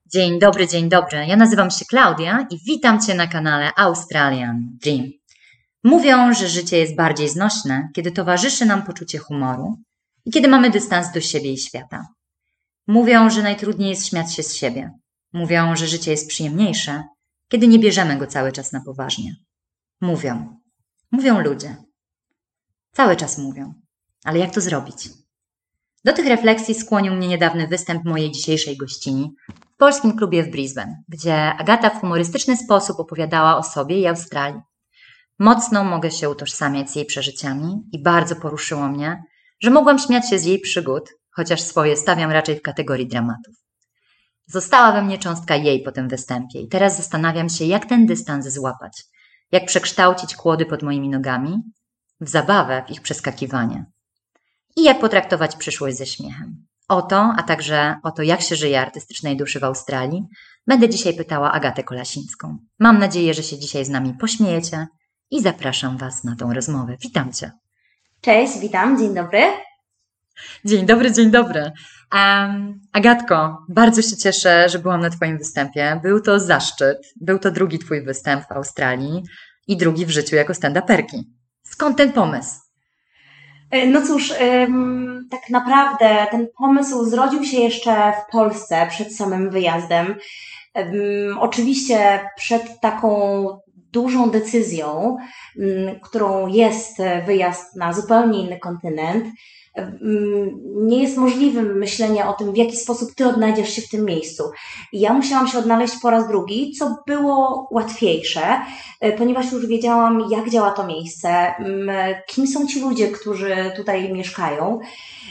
Dzień dobry. Ja nazywam się Klaudia i witam Cię na kanale Australian Dream. Mówią, że życie jest bardziej znośne, kiedy towarzyszy nam poczucie humoru i kiedy mamy dystans do siebie i świata. Mówią, że najtrudniej jest śmiać się z siebie. Mówią, że życie jest przyjemniejsze, kiedy nie bierzemy go cały czas na poważnie. Mówią ludzie. Cały czas mówią. Ale jak to zrobić? Do tych refleksji skłonił mnie niedawny występ mojej dzisiejszej gościni w polskim klubie w Brisbane, gdzie Agata w humorystyczny sposób opowiadała o sobie i Australii. Mocno mogę się utożsamiać z jej przeżyciami i bardzo poruszyło mnie, że mogłam śmiać się z jej przygód, chociaż swoje stawiam raczej w kategorii dramatów. Została we mnie cząstka jej po tym występie i teraz zastanawiam się, jak ten dystans złapać, jak przekształcić kłody pod moimi nogami w zabawę, w ich przeskakiwanie. I jak potraktować przyszłość ze śmiechem. O to, a także o to, jak się żyje artystycznej duszy w Australii, będę dzisiaj pytała Agatę Kolasińską. Mam nadzieję, że się dzisiaj z nami pośmiejecie i zapraszam Was na tą rozmowę. Witam Cię. Cześć, witam, dzień dobry. Dzień dobry. Agatko, bardzo się cieszę, że byłam na Twoim występie. Był to zaszczyt. Był to drugi Twój występ w Australii i drugi w życiu jako stand-uperki. Skąd ten pomysł? No cóż, tak naprawdę ten pomysł zrodził się jeszcze w Polsce przed samym wyjazdem. Oczywiście przed taką dużą decyzją, którą jest wyjazd na zupełnie inny kontynent. Nie jest możliwym myślenie o tym, w jaki sposób Ty odnajdziesz się w tym miejscu. I ja musiałam się odnaleźć po raz drugi, co było łatwiejsze, ponieważ już wiedziałam, jak działa to miejsce, kim są ci ludzie, którzy tutaj mieszkają,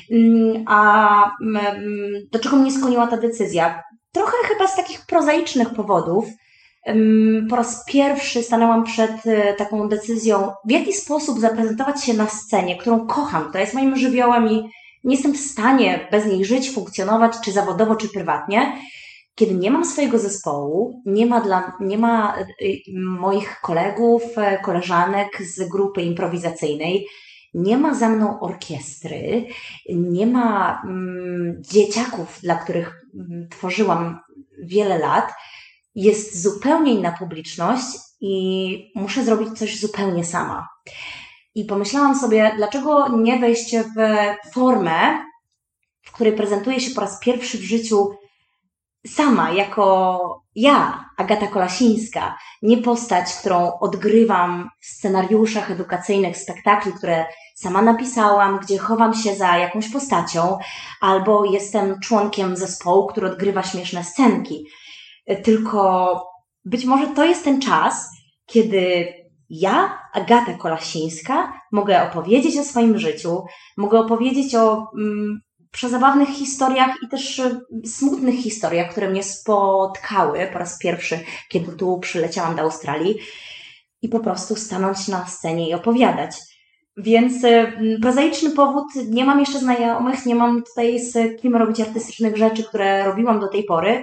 a do czego mnie skłoniła ta decyzja. Trochę chyba z takich prozaicznych powodów. Po raz pierwszy stanęłam przed taką decyzją, w jaki sposób zaprezentować się na scenie, którą kocham, która jest moim żywiołem i nie jestem w stanie bez niej żyć, funkcjonować, czy zawodowo, czy prywatnie, kiedy nie mam swojego zespołu, nie ma moich kolegów, koleżanek z grupy improwizacyjnej, nie ma za mną orkiestry, nie ma dzieciaków, dla których tworzyłam wiele lat. Jest zupełnie inna publiczność i muszę zrobić coś zupełnie sama. I pomyślałam sobie, dlaczego nie wejść w formę, w której prezentuję się po raz pierwszy w życiu sama, jako ja, Agata Kolasińska, nie postać, którą odgrywam w scenariuszach edukacyjnych spektakli, które sama napisałam, gdzie chowam się za jakąś postacią, albo jestem członkiem zespołu, który odgrywa śmieszne scenki. Tylko być może to jest ten czas, kiedy ja, Agata Kolasińska, mogę opowiedzieć o swoim życiu, mogę opowiedzieć o przezabawnych historiach i też smutnych historiach, które mnie spotkały po raz pierwszy, kiedy tu przyleciałam do Australii i po prostu stanąć na scenie i opowiadać. Więc prozaiczny powód, nie mam jeszcze znajomych, nie mam tutaj z kim robić artystycznych rzeczy, które robiłam do tej pory.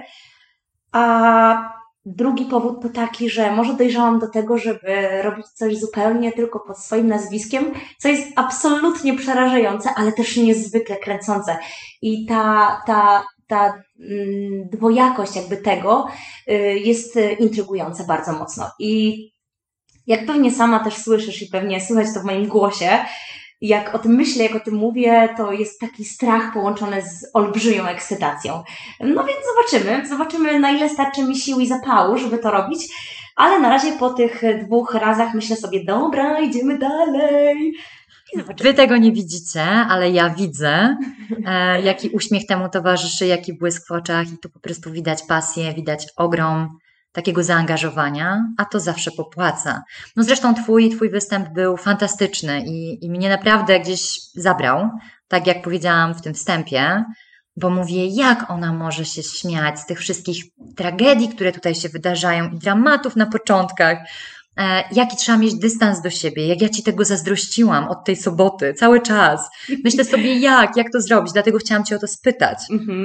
A drugi powód to taki, że może dojrzałam do tego, żeby robić coś zupełnie tylko pod swoim nazwiskiem, co jest absolutnie przerażające, ale też niezwykle kręcące. I ta dwojakość jakby tego jest intrygująca bardzo mocno. I jak pewnie sama też słyszysz i pewnie słychać to w moim głosie, jak o tym myślę, jak o tym mówię, to jest taki strach połączony z olbrzymią ekscytacją. No więc zobaczymy na ile starczy mi sił i zapału, żeby to robić, ale na razie po tych 2 razach myślę sobie, dobra, idziemy dalej. Wy tego nie widzicie, ale ja widzę, jaki uśmiech temu towarzyszy, jaki błysk w oczach i tu po prostu widać pasję, widać ogrom takiego zaangażowania, a to zawsze popłaca. No zresztą twój występ był fantastyczny i mnie naprawdę gdzieś zabrał, tak jak powiedziałam w tym wstępie, bo mówię, jak ona może się śmiać z tych wszystkich tragedii, które tutaj się wydarzają i dramatów na początkach, jaki trzeba mieć dystans do siebie, jak ja Ci tego zazdrościłam od tej soboty, cały czas. Myślę sobie, jak to zrobić, dlatego chciałam Cię o to spytać.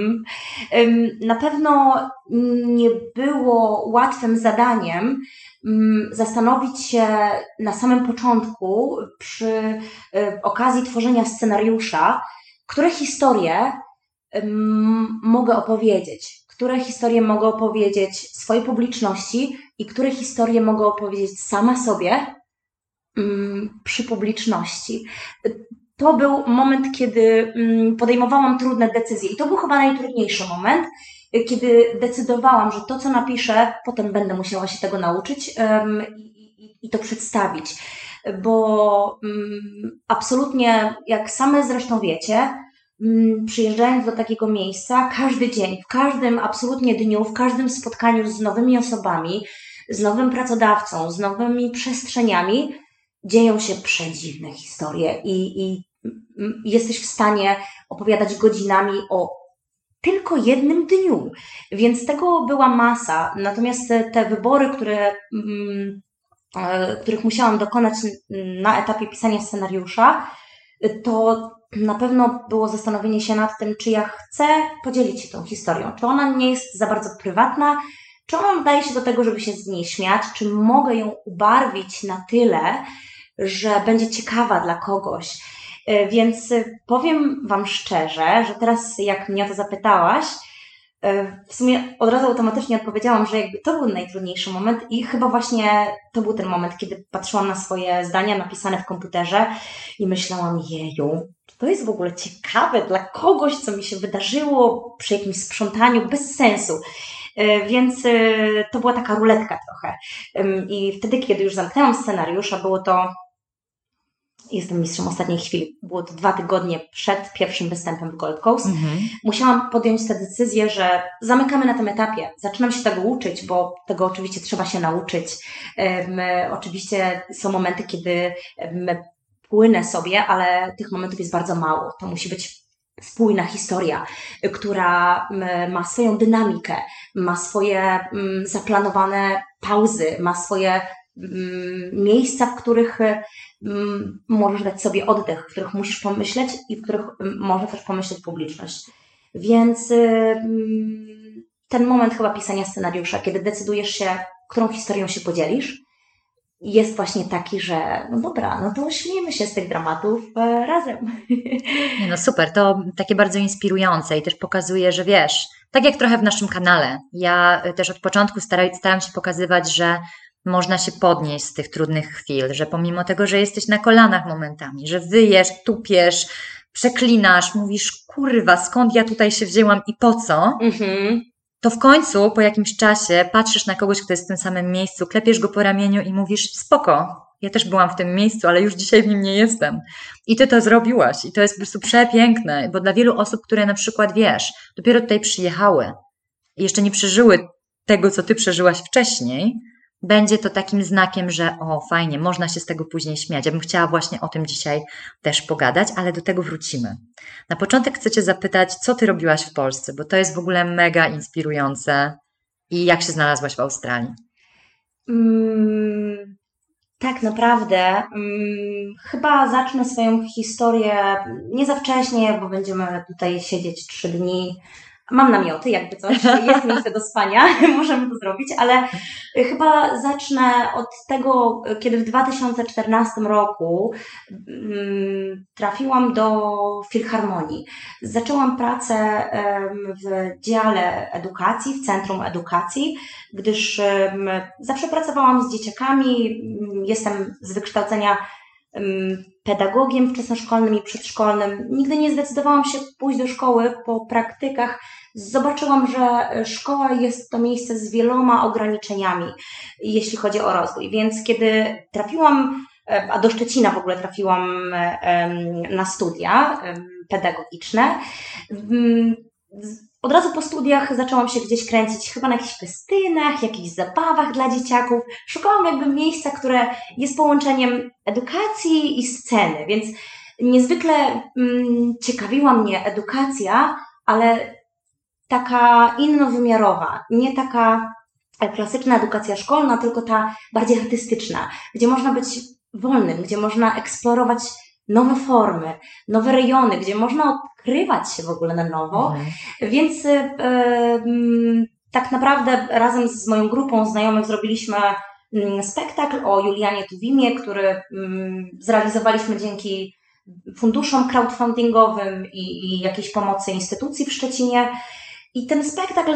Na pewno nie było łatwym zadaniem zastanowić się na samym początku przy okazji tworzenia scenariusza, które historie mogę opowiedzieć, które historie mogę opowiedzieć swojej publiczności i które historie mogę opowiedzieć sama sobie przy publiczności. To był moment, kiedy podejmowałam trudne decyzje i to był chyba najtrudniejszy moment, kiedy decydowałam, że to, co napiszę, potem będę musiała się tego nauczyć i to przedstawić. Bo absolutnie, jak same zresztą wiecie, przyjeżdżając do takiego miejsca, każdy dzień, w każdym absolutnie dniu, w każdym spotkaniu z nowymi osobami, z nowym pracodawcą, z nowymi przestrzeniami, dzieją się przedziwne historie i jesteś w stanie opowiadać godzinami o tylko jednym dniu. Więc tego była masa. Natomiast te wybory, których musiałam dokonać na etapie pisania scenariusza, to na pewno było zastanowienie się nad tym, czy ja chcę podzielić się tą historią, czy ona nie jest za bardzo prywatna, czy ona nadaje się do tego, żeby się z niej śmiać, czy mogę ją ubarwić na tyle, że będzie ciekawa dla kogoś. Więc powiem Wam szczerze, że teraz jak mnie o to zapytałaś, w sumie od razu automatycznie odpowiedziałam, że jakby to był najtrudniejszy moment i chyba właśnie to był ten moment, kiedy patrzyłam na swoje zdania napisane w komputerze i myślałam, jeju, to jest w ogóle ciekawe dla kogoś, co mi się wydarzyło przy jakimś sprzątaniu bez sensu. Więc to była taka ruletka trochę. I wtedy, kiedy już zamknęłam scenariusz, a było to, jestem mistrzem ostatniej chwili, było to 2 tygodnie przed pierwszym występem w Gold Coast, musiałam podjąć tę decyzję, że zamykamy na tym etapie. Zaczynam się tego uczyć, bo tego oczywiście trzeba się nauczyć. Oczywiście są momenty, kiedy płynę sobie, ale tych momentów jest bardzo mało. To musi być spójna historia, która ma swoją dynamikę, ma swoje zaplanowane pauzy, ma swoje miejsca, w których możesz dać sobie oddech, w których musisz pomyśleć i w których może też pomyśleć publiczność. Więc ten moment chyba pisania scenariusza, kiedy decydujesz się, którą historią się podzielisz, jest właśnie taki, że no dobra, no to śmiejmy się z tych dramatów razem. Nie no super, to takie bardzo inspirujące i też pokazuje, że wiesz, tak jak trochę w naszym kanale, ja też od początku staram się pokazywać, że można się podnieść z tych trudnych chwil, że pomimo tego, że jesteś na kolanach momentami, że wyjesz, tupiesz, przeklinasz, mówisz, kurwa, skąd ja tutaj się wzięłam i po co, to w końcu po jakimś czasie patrzysz na kogoś, kto jest w tym samym miejscu, klepiesz go po ramieniu i mówisz, spoko, ja też byłam w tym miejscu, ale już dzisiaj w nim nie jestem. I ty to zrobiłaś i to jest po prostu przepiękne, bo dla wielu osób, które na przykład, wiesz, dopiero tutaj przyjechały i jeszcze nie przeżyły tego, co ty przeżyłaś wcześniej, będzie to takim znakiem, że o, fajnie, można się z tego później śmiać. Ja bym chciała właśnie o tym dzisiaj też pogadać, ale do tego wrócimy. Na początek chcę cię zapytać, co ty robiłaś w Polsce, bo to jest w ogóle mega inspirujące i jak się znalazłaś w Australii? Tak naprawdę chyba zacznę swoją historię nie za wcześnie, bo będziemy tutaj siedzieć 3 dni. Mam namioty, jakby coś, jest miejsce do spania, możemy to zrobić, ale chyba zacznę od tego, kiedy w 2014 roku trafiłam do Filharmonii. Zaczęłam pracę w dziale edukacji, w Centrum Edukacji, gdyż zawsze pracowałam z dzieciakami, jestem z wykształcenia pedagogiem wczesnoszkolnym i przedszkolnym. Nigdy nie zdecydowałam się pójść do szkoły po praktykach. Zobaczyłam, że szkoła jest to miejsce z wieloma ograniczeniami, jeśli chodzi o rozwój. Więc kiedy trafiłam, a do Szczecina w ogóle trafiłam na studia pedagogiczne, od razu po studiach zaczęłam się gdzieś kręcić, chyba na jakichś festynach, jakichś zabawach dla dzieciaków. Szukałam jakby miejsca, które jest połączeniem edukacji i sceny, więc niezwykle ciekawiła mnie edukacja, ale taka innowymiarowa, nie taka klasyczna edukacja szkolna, tylko ta bardziej artystyczna, gdzie można być wolnym, gdzie można eksplorować nowe formy, nowe rejony, gdzie można odkrywać się w ogóle na nowo. Więc tak naprawdę razem z moją grupą znajomych zrobiliśmy spektakl o Julianie Tuwimie, który zrealizowaliśmy dzięki funduszom crowdfundingowym i jakiejś pomocy instytucji w Szczecinie. I ten spektakl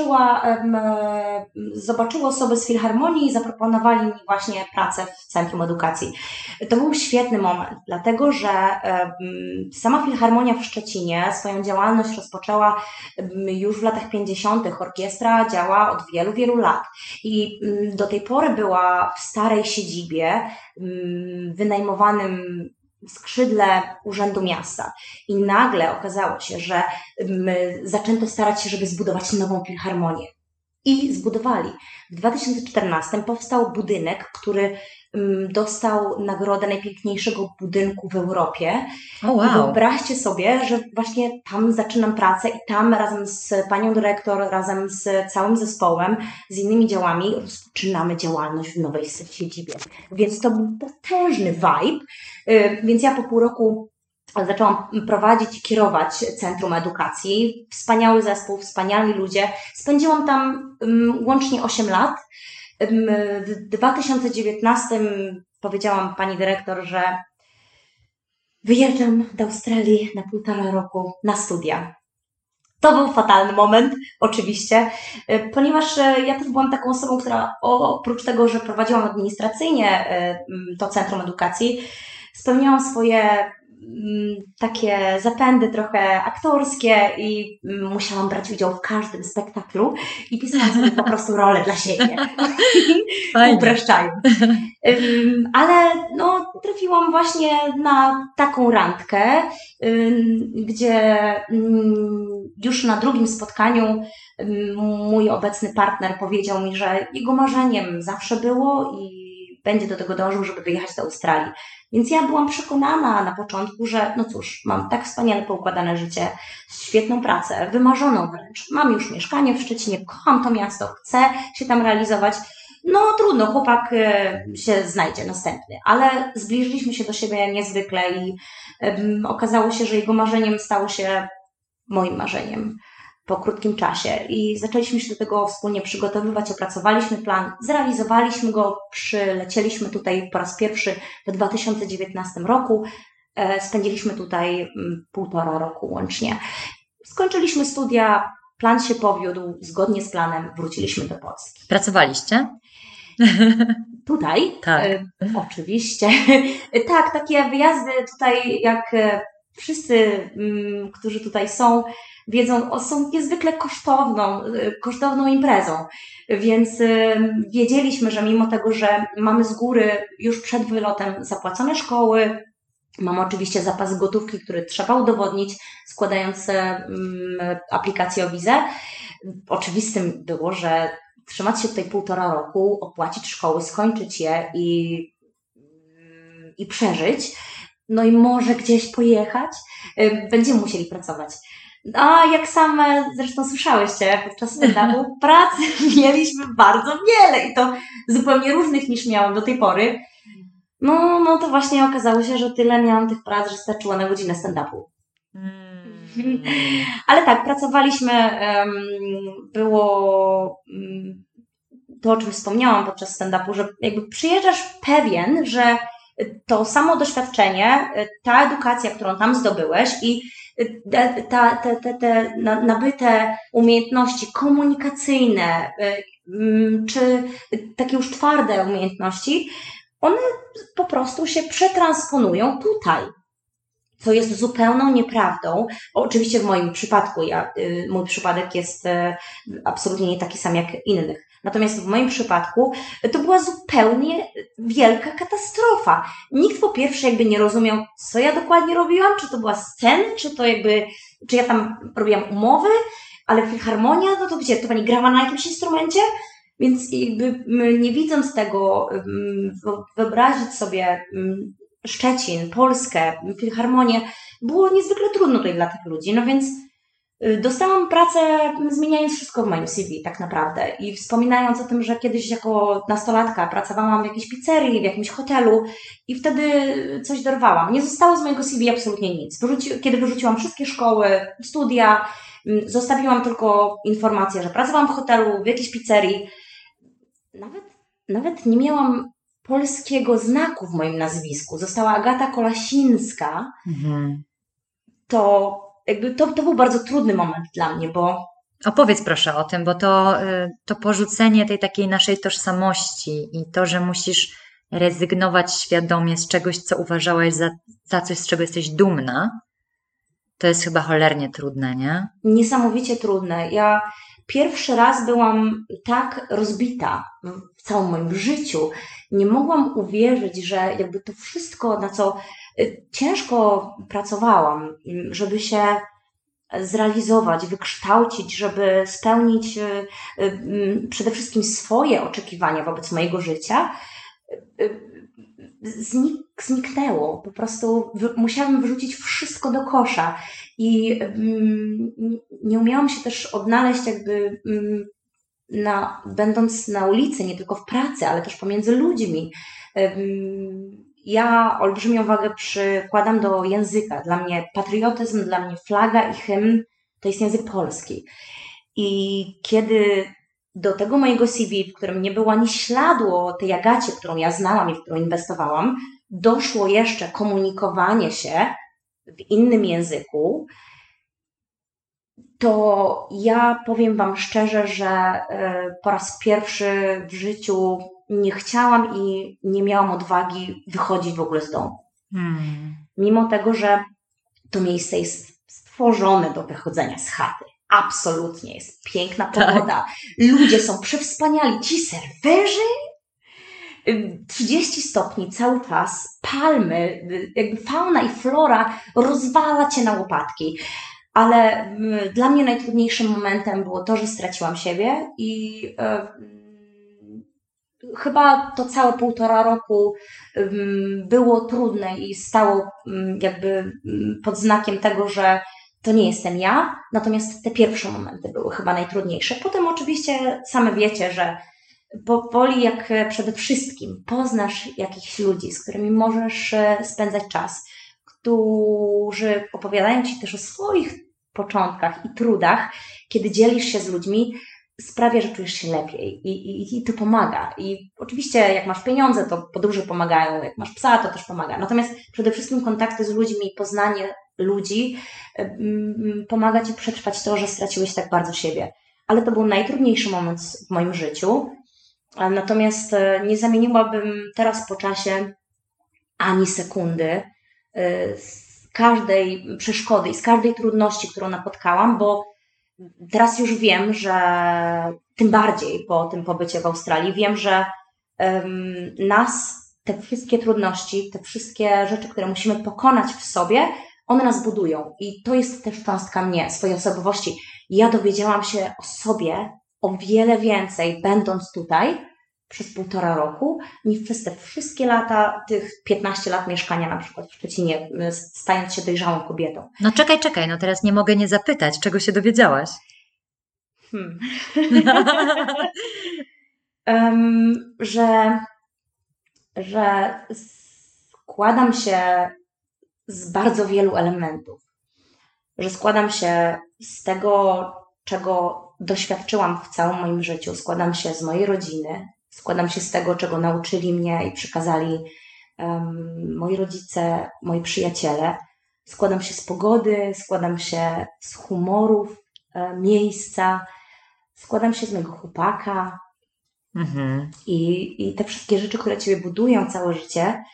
zobaczyły osoby z Filharmonii i zaproponowali mi właśnie pracę w Centrum Edukacji. To był świetny moment, dlatego że sama Filharmonia w Szczecinie swoją działalność rozpoczęła już w latach 50. Orkiestra działa od wielu, wielu lat i do tej pory była w starej siedzibie wynajmowanym skrzydle Urzędu Miasta. I nagle okazało się, że zaczęto starać się, żeby zbudować nową filharmonię. I zbudowali. W 2014 powstał budynek, który dostał nagrodę najpiękniejszego budynku w Europie. Oh, wow. I wyobraźcie sobie, że właśnie tam zaczynam pracę i tam razem z panią dyrektor, razem z całym zespołem, z innymi działami rozpoczynamy działalność w nowej siedzibie. Więc to był potężny vibe. Więc ja po pół roku zaczęłam prowadzić i kierować Centrum Edukacji. Wspaniały zespół, wspaniali ludzie. Spędziłam tam łącznie 8 lat. W 2019 powiedziałam pani dyrektor, że wyjeżdżam do Australii na 1,5 roku na studia. To był fatalny moment, oczywiście, ponieważ ja też byłam taką osobą, która oprócz tego, że prowadziłam administracyjnie to Centrum Edukacji, spełniałam swoje takie zapędy trochę aktorskie i musiałam brać udział w każdym spektaklu i pisałam sobie po prostu rolę dla siebie, upraszczając. Ale no, trafiłam właśnie na taką randkę, gdzie już na drugim spotkaniu mój obecny partner powiedział mi, że jego marzeniem zawsze było i będzie do tego dążył, żeby wyjechać do Australii. Więc ja byłam przekonana na początku, że no cóż, mam tak wspaniale poukładane życie, świetną pracę, wymarzoną wręcz. Mam już mieszkanie w Szczecinie, kocham to miasto, chcę się tam realizować. No trudno, chłopak się znajdzie następny, ale zbliżyliśmy się do siebie niezwykle i okazało się, że jego marzeniem stało się moim marzeniem po krótkim czasie i zaczęliśmy się do tego wspólnie przygotowywać, opracowaliśmy plan, zrealizowaliśmy go, przylecieliśmy tutaj po raz pierwszy w 2019 roku, spędziliśmy tutaj 1,5 roku łącznie. Skończyliśmy studia, plan się powiódł, zgodnie z planem wróciliśmy do Polski. Pracowaliście? Tutaj? Tak. Oczywiście. Tak, takie wyjazdy tutaj, jak wszyscy, którzy tutaj są, wiedzą, są niezwykle kosztowną imprezą, więc wiedzieliśmy, że mimo tego, że mamy z góry już przed wylotem zapłacone szkoły, mamy oczywiście zapas gotówki, który trzeba udowodnić, składając aplikację o wizę. Oczywistym było, że trzymać się tutaj 1,5 roku, opłacić szkoły, skończyć je i przeżyć, no i może gdzieś pojechać, będziemy musieli pracować. A jak same zresztą słyszałyście podczas stand-upu, pracy mieliśmy bardzo wiele i to zupełnie różnych niż miałam do tej pory. No to właśnie okazało się, że tyle miałam tych prac, że starczyło na godzinę stand-upu. Ale tak, pracowaliśmy, było to, o czym wspomniałam podczas stand-upu, że jakby przyjeżdżasz pewien, że to samo doświadczenie, ta edukacja, którą tam zdobyłeś i te nabyte umiejętności komunikacyjne, czy takie już twarde umiejętności, one po prostu się przetransponują tutaj. Co jest zupełną nieprawdą. Oczywiście w moim przypadku, mój przypadek jest absolutnie nie taki sam jak innych. Natomiast w moim przypadku to była zupełnie wielka katastrofa. Nikt po pierwsze jakby nie rozumiał, co ja dokładnie robiłam, czy to była scena, czy ja tam robiłam umowy, ale filharmonia, no to gdzie, to pani grała na jakimś instrumencie? Więc jakby nie widząc tego, wyobrazić sobie Szczecin, Polskę, filharmonię, było niezwykle trudno tutaj dla tych ludzi, no więc dostałam pracę zmieniając wszystko w moim CV tak naprawdę i wspominając o tym, że kiedyś jako nastolatka pracowałam w jakiejś pizzerii, w jakimś hotelu i wtedy coś dorwałam. Nie zostało z mojego CV absolutnie nic. Kiedy wyrzuciłam wszystkie szkoły, studia, zostawiłam tylko informację, że pracowałam w hotelu, w jakiejś pizzerii. Nawet nie miałam polskiego znaku w moim nazwisku. Została Agata Kolasińska. To był bardzo trudny moment dla mnie, bo Opowiedz proszę o tym, bo to porzucenie tej takiej naszej tożsamości i to, że musisz rezygnować świadomie z czegoś, co uważałaś za coś, z czego jesteś dumna, to jest chyba cholernie trudne, nie? Niesamowicie trudne. Ja pierwszy raz byłam tak rozbita w całym moim życiu. Nie mogłam uwierzyć, że jakby to wszystko, na co ciężko pracowałam, żeby się zrealizować, wykształcić, żeby spełnić przede wszystkim swoje oczekiwania wobec mojego życia, zniknęło. Po prostu musiałam wyrzucić wszystko do kosza i nie umiałam się też odnaleźć jakby będąc na ulicy, nie tylko w pracy, ale też pomiędzy ludźmi. Ja olbrzymią wagę przykładam do języka. Dla mnie patriotyzm, dla mnie flaga i hymn to jest język polski. I kiedy do tego mojego CV, w którym nie było ani śladu o tej Agacie, którą ja znałam i w którą inwestowałam, doszło jeszcze komunikowanie się w innym języku, to ja powiem Wam szczerze, że po raz pierwszy w życiu nie chciałam i nie miałam odwagi wychodzić w ogóle z domu. Mimo tego, że to miejsce jest stworzone do wychodzenia z chaty. Absolutnie, jest piękna pogoda. Tak. Ludzie są przewspaniali. Ci serwerzy 30 stopni cały czas, palmy, jakby fauna i flora rozwala Cię na łopatki. Ale dla mnie najtrudniejszym momentem było to, że straciłam siebie i chyba to całe 1,5 roku było trudne i stało jakby pod znakiem tego, że to nie jestem ja, natomiast te pierwsze momenty były chyba najtrudniejsze. Potem oczywiście same wiecie, że powoli jak przede wszystkim poznasz jakichś ludzi, z którymi możesz spędzać czas, którzy opowiadają Ci też o swoich początkach i trudach, kiedy dzielisz się z ludźmi, sprawia, że czujesz się lepiej i to pomaga. I oczywiście jak masz pieniądze, to podróże pomagają, jak masz psa, to też pomaga. Natomiast przede wszystkim kontakty z ludźmi, poznanie ludzi pomaga Ci przetrwać to, że straciłeś tak bardzo siebie. Ale to był najtrudniejszy moment w moim życiu. Natomiast nie zamieniłabym teraz po czasie ani sekundy z każdej przeszkody i z każdej trudności, którą napotkałam, bo teraz już wiem, że tym bardziej po tym pobycie w Australii, wiem, że nas, te wszystkie trudności, te wszystkie rzeczy, które musimy pokonać w sobie, one nas budują. I to jest też cząstka mnie, swojej osobowości. Ja dowiedziałam się o sobie o wiele więcej, będąc tutaj przez 1,5 roku, niż przez te wszystkie lata, tych 15 lat mieszkania na przykład w Szczecinie, stając się dojrzałą kobietą. No czekaj, no teraz nie mogę nie zapytać, czego się dowiedziałaś? Że składam się z bardzo wielu elementów. Że składam się z tego, czego doświadczyłam w całym moim życiu. Składam się z mojej rodziny. Składam się z tego, czego nauczyli mnie i przekazali moi rodzice, moi przyjaciele. Składam się z pogody, składam się z humorów, miejsca. Składam się z mojego chłopaka. I te wszystkie rzeczy, które Ciebie budują całe życie,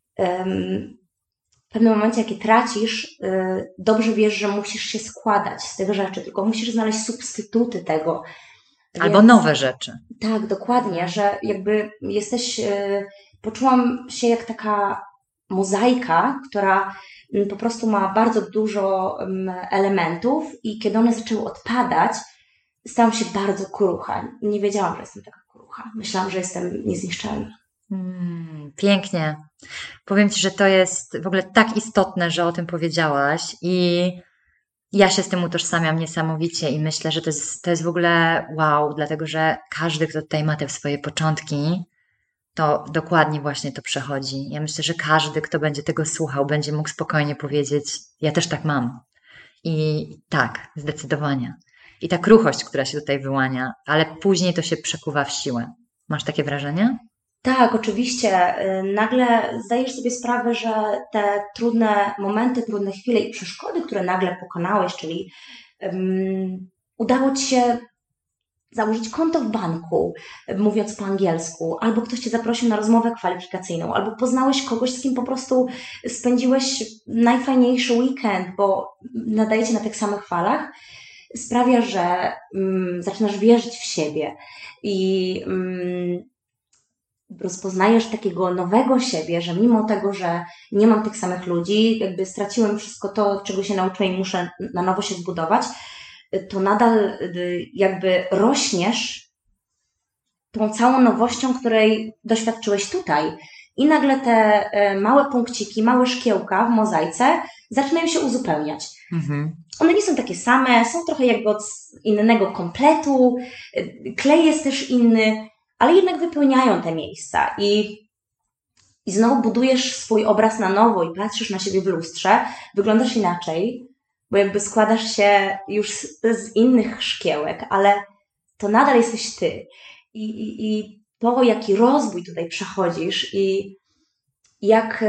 w pewnym momencie, jak je tracisz, dobrze wiesz, że musisz się składać z tych rzeczy, tylko musisz znaleźć substytuty tego. Albo nowe rzeczy. Tak, dokładnie, że jakby poczułam się jak taka mozaika, która po prostu ma bardzo dużo elementów i kiedy one zaczęły odpadać, stałam się bardzo krucha. Nie wiedziałam, że jestem taka krucha. Myślałam, że jestem niezniszczalna. Pięknie. Powiem Ci, że to jest w ogóle tak istotne, że o tym powiedziałaś i ja się z tym utożsamiam niesamowicie i myślę, że to jest w ogóle wow, dlatego że każdy, kto tutaj ma te swoje początki, to dokładnie właśnie to przechodzi. Ja myślę, że każdy, kto będzie tego słuchał, będzie mógł spokojnie powiedzieć, ja też tak mam. I tak, zdecydowanie. I ta kruchość, która się tutaj wyłania, ale później to się przekuwa w siłę. Masz takie wrażenie? Tak, oczywiście. Nagle zdajesz sobie sprawę, że te trudne momenty, trudne chwile i przeszkody, które nagle pokonałeś, czyli udało Ci się założyć konto w banku, mówiąc po angielsku, albo ktoś Cię zaprosił na rozmowę kwalifikacyjną, albo poznałeś kogoś, z kim po prostu spędziłeś najfajniejszy weekend, bo nadajecie na tych samych falach, sprawia, że zaczynasz wierzyć w siebie i rozpoznajesz takiego nowego siebie, że mimo tego, że nie mam tych samych ludzi, jakby straciłem wszystko to, czego się nauczyłem i muszę na nowo się zbudować, to nadal jakby rośniesz tą całą nowością, której doświadczyłeś tutaj. I nagle te małe punkciki, małe szkiełka w mozaice zaczynają się uzupełniać. One nie są takie same, są trochę jakby od innego kompletu, klej jest też inny, ale jednak wypełniają te miejsca. I znowu budujesz swój obraz na nowo i patrzysz na siebie w lustrze, wyglądasz inaczej, bo jakby składasz się już z innych szkiełek, ale to nadal jesteś ty. I to, jaki rozwój tutaj przechodzisz i jak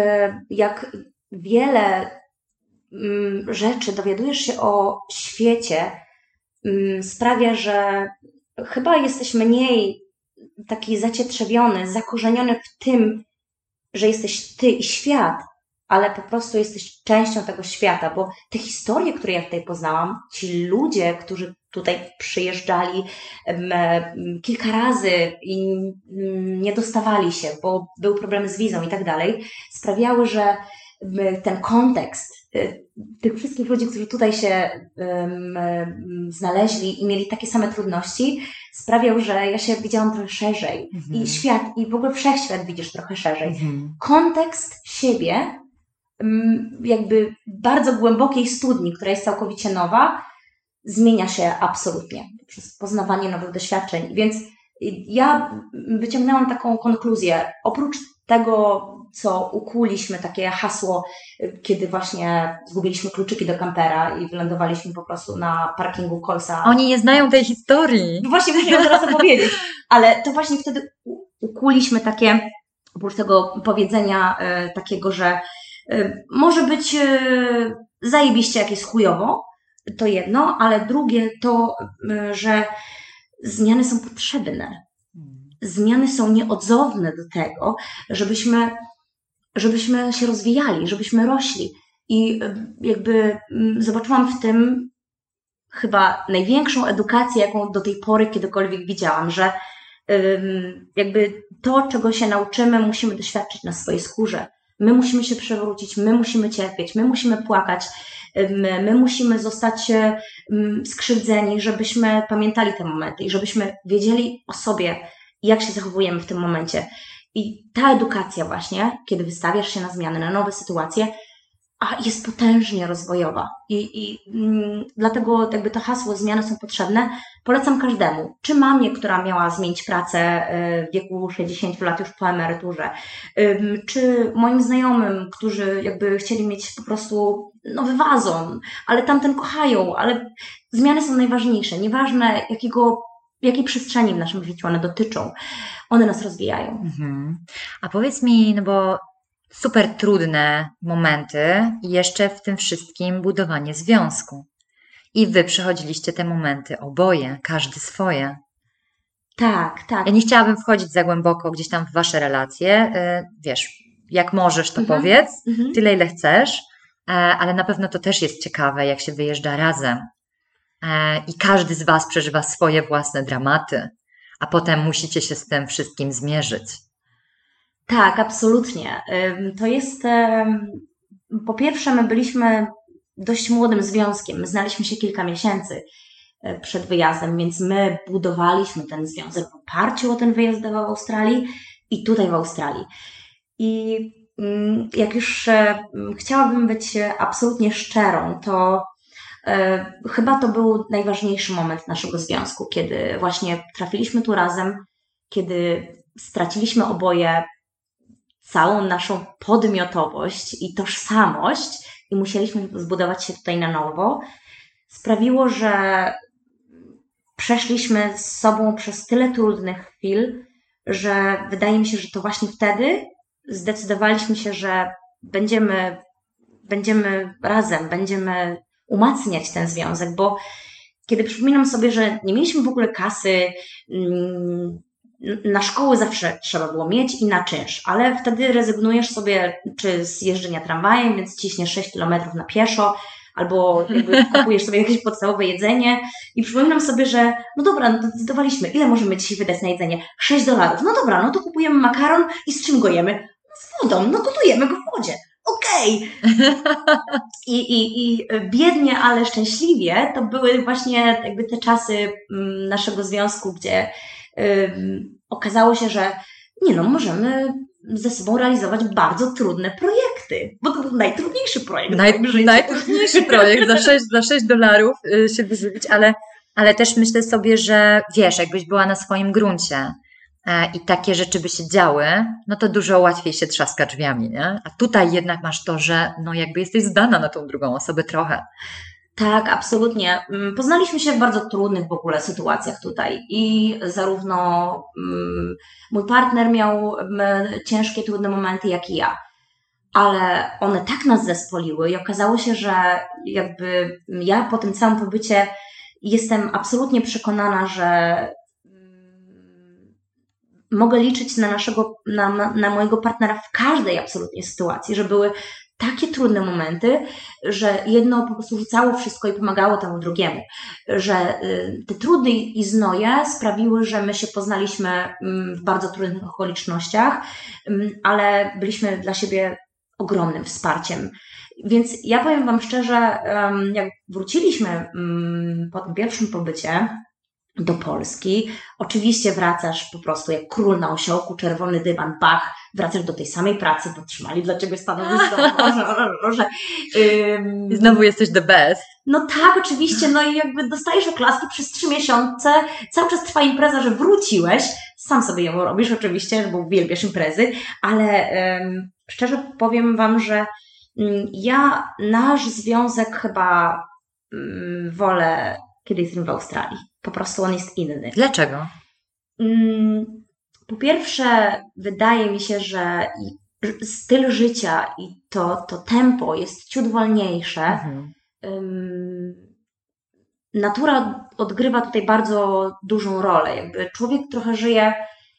wiele rzeczy dowiadujesz się o świecie, sprawia, że chyba jesteś mniej taki zacietrzewiony, zakorzeniony w tym, że jesteś ty i świat, ale po prostu jesteś częścią tego świata, bo te historie, które ja tutaj poznałam, ci ludzie, którzy tutaj przyjeżdżali kilka razy i nie dostawali się, bo były problemy z wizą i tak dalej, sprawiały, że ten kontekst tych wszystkich ludzi, którzy tutaj się znaleźli i mieli takie same trudności, sprawiał, że ja się widziałam trochę szerzej. I świat, i w ogóle wszechświat widzisz trochę szerzej. Kontekst siebie, jakby bardzo głębokiej studni, która jest całkowicie nowa, zmienia się absolutnie przez poznawanie nowych doświadczeń. Więc ja wyciągnęłam taką konkluzję. Oprócz tego, co ukuliśmy, takie hasło, kiedy właśnie zgubiliśmy kluczyki do kampera i wylądowaliśmy po prostu na parkingu Colsa. Oni nie znają tej historii. Właśnie muszę ją zaraz opowiedzieć. Ale to właśnie wtedy ukuliśmy takie, oprócz tego powiedzenia takiego, że może być zajebiście jak jest chujowo, to jedno, ale drugie to, że zmiany są potrzebne. Zmiany są nieodzowne do tego, żebyśmy się rozwijali, żebyśmy rośli. I jakby zobaczyłam w tym chyba największą edukację, jaką do tej pory kiedykolwiek widziałam, że jakby to, czego się nauczymy, musimy doświadczyć na swojej skórze. My musimy się przewrócić, my musimy cierpieć, my musimy płakać, my musimy zostać skrzywdzeni, żebyśmy pamiętali te momenty i żebyśmy wiedzieli o sobie, jak się zachowujemy w tym momencie. I ta edukacja właśnie, kiedy wystawiasz się na zmiany, na nowe sytuacje, jest potężnie rozwojowa. I dlatego jakby to hasło zmiany są potrzebne. Polecam każdemu. Czy mamie, która miała zmienić pracę w wieku 60 lat już po emeryturze, czy moim znajomym, którzy jakby chcieli mieć po prostu nowy wazon, ale tamten kochają, ale zmiany są najważniejsze. Nieważne jakiej przestrzeni w naszym życiu one dotyczą. One nas rozwijają. A powiedz mi, no bo super trudne momenty i jeszcze w tym wszystkim budowanie związku. I wy przechodziliście te momenty oboje, każdy swoje. Tak. Ja nie chciałabym wchodzić za głęboko gdzieś tam w wasze relacje. Wiesz, jak możesz, to powiedz, tyle ile chcesz, ale na pewno to też jest ciekawe, jak się wyjeżdża razem. I każdy z was przeżywa swoje własne dramaty, a potem musicie się z tym wszystkim zmierzyć. Tak, absolutnie. To jest, po pierwsze, my byliśmy dość młodym związkiem. My znaliśmy się kilka miesięcy przed wyjazdem, więc my budowaliśmy ten związek w oparciu o ten wyjazd do Australii i tutaj w Australii. I jak już chciałabym być absolutnie szczerą, to chyba to był najważniejszy moment naszego związku, kiedy właśnie trafiliśmy tu razem, kiedy straciliśmy oboje całą naszą podmiotowość i tożsamość i musieliśmy zbudować się tutaj na nowo, sprawiło, że przeszliśmy z sobą przez tyle trudnych chwil, że wydaje mi się, że to właśnie wtedy zdecydowaliśmy się, że będziemy razem, będziemy umacniać ten związek, bo kiedy przypominam sobie, że nie mieliśmy w ogóle kasy, na szkoły zawsze trzeba było mieć i na czynsz, ale wtedy rezygnujesz sobie czy z jeżdżenia tramwajem, więc ciśniesz 6 kilometrów na pieszo, albo jakby kupujesz sobie jakieś podstawowe jedzenie i przypominam sobie, że no dobra, no to zdecydowaliśmy, ile możemy dzisiaj wydać na jedzenie? $6. No dobra, no to kupujemy makaron i z czym go jemy? Z wodą, no gotujemy go w wodzie. Okej. I biednie, ale szczęśliwie to były właśnie jakby te czasy naszego związku, gdzie okazało się, że nie no, możemy ze sobą realizować bardzo trudne projekty, bo to był najtrudniejszy projekt. Najtrudniejszy projekt, za $6 się wyżywić, ale też myślę sobie, że wiesz, jakbyś była na swoim gruncie i takie rzeczy by się działy, no to dużo łatwiej się trzaska drzwiami, nie? A tutaj jednak masz to, że no jakby jesteś zdana na tą drugą osobę trochę. Tak, absolutnie. Poznaliśmy się w bardzo trudnych w ogóle sytuacjach tutaj i zarówno mój partner miał ciężkie, trudne momenty, jak i ja. Ale one tak nas zespoliły i okazało się, że jakby ja po tym całym pobycie jestem absolutnie przekonana, że mogę liczyć na mojego partnera w każdej absolutnie sytuacji, że były takie trudne momenty, że jedno po prostu rzucało wszystko i pomagało temu drugiemu, że te trudy i znoje sprawiły, że my się poznaliśmy w bardzo trudnych okolicznościach, ale byliśmy dla siebie ogromnym wsparciem. Więc ja powiem Wam szczerze, jak wróciliśmy po tym pierwszym pobycie do Polski, oczywiście wracasz po prostu jak król na osiołku, czerwony dywan, bach, wracasz do tej samej pracy, bo trzymali dla Ciebie stanowisko, I znowu jesteś the best. No tak, oczywiście, no i jakby dostajesz oklaski przez 3 miesiące, cały czas trwa impreza, że wróciłeś, sam sobie ją robisz oczywiście, bo uwielbiasz imprezy, ale szczerze powiem Wam, że ja nasz związek chyba wolę, kiedy jestem w Australii. Po prostu on jest inny. Dlaczego? Po pierwsze, wydaje mi się, że styl życia i to tempo jest ciut wolniejsze. Natura odgrywa tutaj bardzo dużą rolę. Jakby człowiek trochę żyje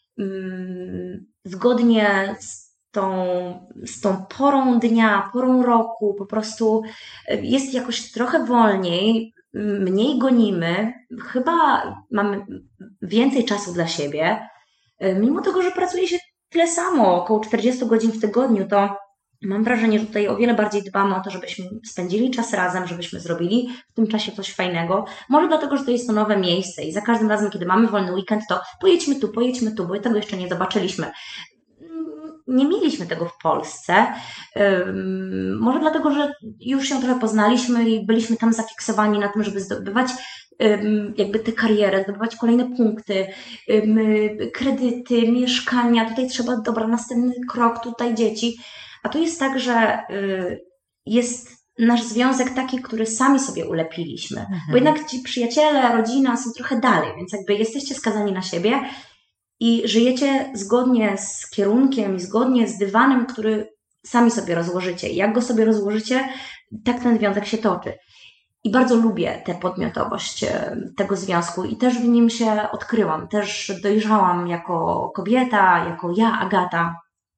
zgodnie z tą porą dnia, porą roku, po prostu jest jakoś trochę wolniej, mniej gonimy, chyba mamy więcej czasu dla siebie, mimo tego, że pracuje się tyle samo, około 40 godzin w tygodniu, to mam wrażenie, że tutaj o wiele bardziej dbamy o to, żebyśmy spędzili czas razem, żebyśmy zrobili w tym czasie coś fajnego. Może dlatego, że to jest to nowe miejsce i za każdym razem, kiedy mamy wolny weekend, to pojedźmy tu, bo tego jeszcze nie zobaczyliśmy. Nie mieliśmy tego w Polsce. Może dlatego, że już się trochę poznaliśmy i byliśmy tam zafiksowani na tym, żeby zdobywać jakby tę karierę, zdobywać kolejne punkty, kredyty, mieszkania. Tutaj trzeba, dobra, następny krok, tutaj dzieci. A tu jest tak, że jest nasz związek taki, który sami sobie ulepiliśmy. Bo jednak ci przyjaciele, rodzina są trochę dalej, więc jakby jesteście skazani na siebie i żyjecie zgodnie z kierunkiem i zgodnie z dywanem, który sami sobie rozłożycie. I jak go sobie rozłożycie, tak ten związek się toczy. I bardzo lubię tę podmiotowość tego związku i też w nim się odkryłam. Też dojrzałam jako kobieta, jako ja, Agata.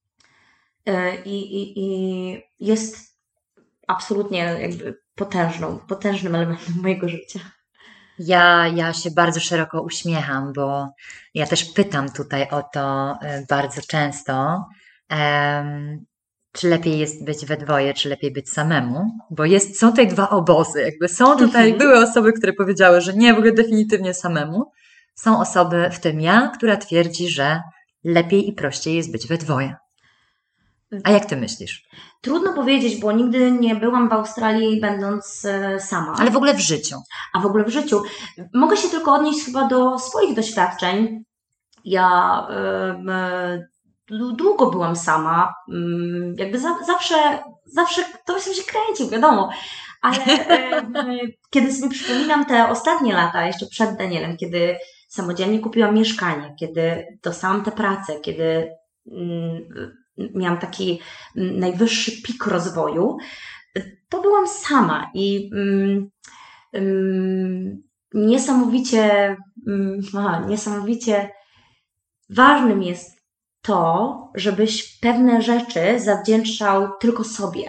I jest absolutnie jakby potężnym elementem mojego życia. Ja się bardzo szeroko uśmiecham, bo ja też pytam tutaj o to bardzo często, czy lepiej jest być we dwoje, czy lepiej być samemu, bo są tutaj dwa obozy, jakby są tutaj, były osoby, które powiedziały, że nie, w ogóle definitywnie samemu, są osoby, w tym ja, która twierdzi, że lepiej i prościej jest być we dwoje. A jak Ty myślisz? Trudno powiedzieć, bo nigdy nie byłam w Australii będąc sama. Ale w ogóle w życiu. A w ogóle w życiu. Mogę się tylko odnieść chyba do swoich doświadczeń. Ja długo byłam sama. Jakby zawsze ktoś mi się kręcił, wiadomo. Ale kiedy sobie przypominam te ostatnie lata, jeszcze przed Danielem, kiedy samodzielnie kupiłam mieszkanie, kiedy dostałam tę pracę, kiedy miałam taki najwyższy pik rozwoju, to byłam sama i niesamowicie ważnym jest to, żebyś pewne rzeczy zawdzięczał tylko sobie.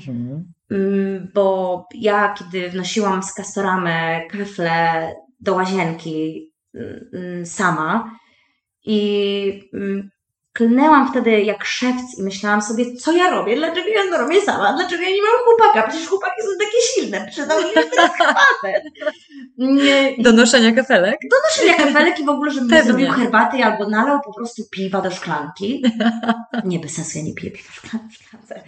Bo ja, kiedy wnosiłam z Castoramy kafle do łazienki sama i klnęłam wtedy jak szewc i myślałam sobie, co ja robię, dlaczego ja to robię sama, dlaczego ja nie mam chłopaka, przecież chłopaki są takie silne, przydał mi się teraz herbatę. Do noszenia kafelek? Do noszenia kafelek i w ogóle, żeby mi zrobił herbaty albo nalał po prostu piwa do szklanki. Nie, bez sensu, ja nie piję piwa w szklance.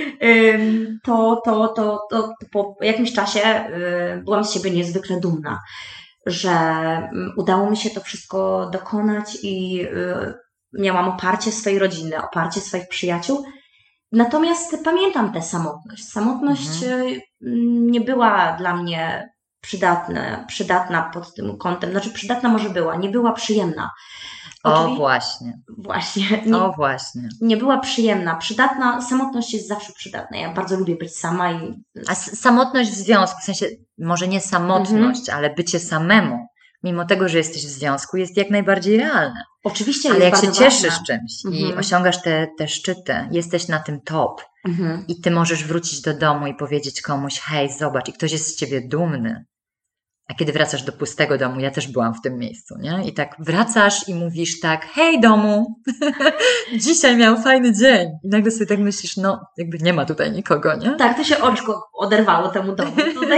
To po jakimś czasie byłam z siebie niezwykle dumna, że udało mi się to wszystko dokonać i miałam oparcie swojej rodziny, oparcie swoich przyjaciół. Natomiast pamiętam tę samotność. Samotność nie była dla mnie przydatna pod tym kątem. Znaczy przydatna może była, nie była przyjemna. Właśnie. Nie była przyjemna. Samotność jest zawsze przydatna. Ja bardzo lubię być sama. A samotność w związku, w sensie może nie samotność, ale bycie samemu, mimo tego, że jesteś w związku, jest jak najbardziej realne. Oczywiście ale jest jak się cieszysz czymś i osiągasz te szczyty, jesteś na tym top i ty możesz wrócić do domu i powiedzieć komuś, hej, zobacz, i ktoś jest z ciebie dumny. A kiedy wracasz do pustego domu, ja też byłam w tym miejscu, nie? I tak wracasz i mówisz tak, hej domu, dzisiaj miał fajny dzień. I nagle sobie tak myślisz, no jakby nie ma tutaj nikogo, nie? Tak, to się oczko oderwało temu domu.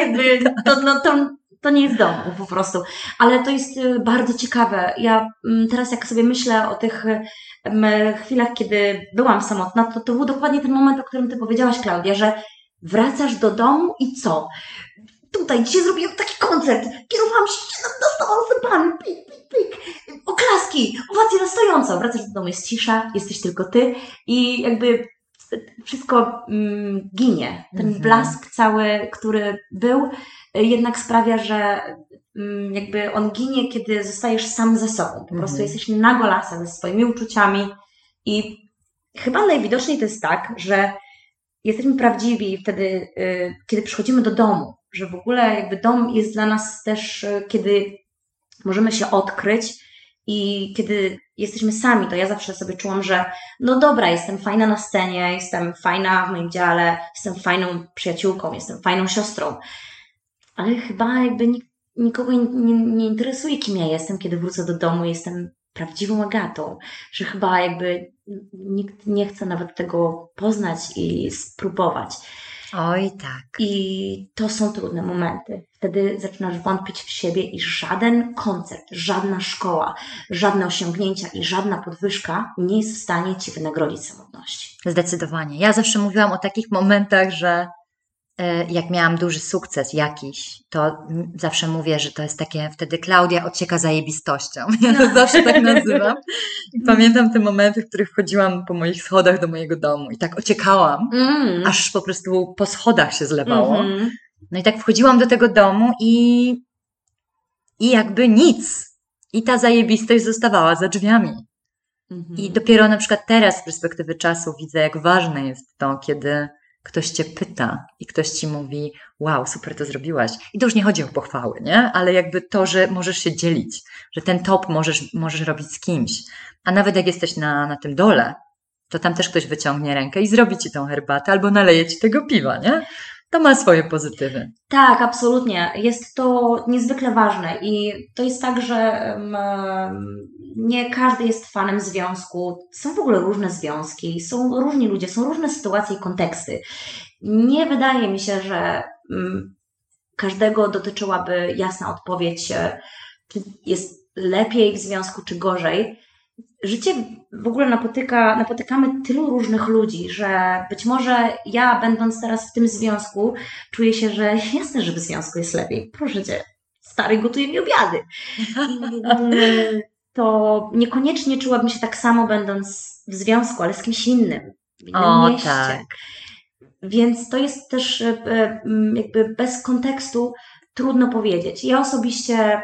To nie jest dom po prostu. Ale to jest bardzo ciekawe. Ja teraz jak sobie myślę o tych chwilach, kiedy byłam samotna, to był dokładnie ten moment, o którym ty powiedziałaś, Klaudia, że wracasz do domu i co? Tutaj dzisiaj zrobiłem taki koncert, kierowałam się, dostałam sypami, pik, oklaski, owacje na stojąco. Wracasz do domu, jest cisza, jesteś tylko ty i jakby wszystko ginie. Ten blask cały, który był, jednak sprawia, że jakby on ginie, kiedy zostajesz sam ze sobą. Po prostu jesteś na golasach ze swoimi uczuciami i chyba najwidoczniej to jest tak, że jesteśmy prawdziwi wtedy, kiedy przychodzimy do domu, że w ogóle jakby dom jest dla nas też, kiedy możemy się odkryć i kiedy jesteśmy sami, to ja zawsze sobie czułam, że no dobra, jestem fajna na scenie, jestem fajna w moim dziale, jestem fajną przyjaciółką, jestem fajną siostrą, ale chyba jakby nikogo nie interesuje, kim ja jestem, kiedy wrócę do domu, jestem prawdziwą Agatą, że chyba jakby nikt nie chce nawet tego poznać i spróbować. Oj, tak. I to są trudne momenty. Wtedy zaczynasz wątpić w siebie i żaden koncert, żadna szkoła, żadne osiągnięcia i żadna podwyżka nie jest w stanie ci wynagrodzić samotności. Zdecydowanie. Ja zawsze mówiłam o takich momentach, że jak miałam duży sukces jakiś, to zawsze mówię, że to jest takie, wtedy Klaudia ocieka zajebistością. Ja to zawsze tak nazywam. I pamiętam te momenty, w których wchodziłam po moich schodach do mojego domu i tak ociekałam, aż po prostu po schodach się zlewało. No i tak wchodziłam do tego domu i jakby nic. I ta zajebistość zostawała za drzwiami. I dopiero na przykład teraz z perspektywy czasu widzę, jak ważne jest to, kiedy ktoś cię pyta i ktoś ci mówi, wow, super to zrobiłaś. I to już nie chodzi o pochwały, nie? Ale jakby to, że możesz się dzielić, że ten top możesz robić z kimś. A nawet jak jesteś na tym dole, to tam też ktoś wyciągnie rękę i zrobi ci tą herbatę albo naleje ci tego piwa, nie? To ma swoje pozytywy. Tak, absolutnie. Jest to niezwykle ważne i to jest tak, że nie każdy jest fanem związku. Są w ogóle różne związki, są różni ludzie, są różne sytuacje i konteksty. Nie wydaje mi się, że każdego dotyczyłaby jasna odpowiedź, czy jest lepiej w związku, czy gorzej. Życie w ogóle napotykamy tylu różnych ludzi, że być może ja, będąc teraz w tym związku, czuję się, że jasne, że w związku jest lepiej. Proszę cię, stary gotuje mi obiady. To niekoniecznie czułabym się tak samo, będąc w związku, ale z kimś innym, w innym mieście. Tak. Więc to jest też jakby bez kontekstu trudno powiedzieć. Ja osobiście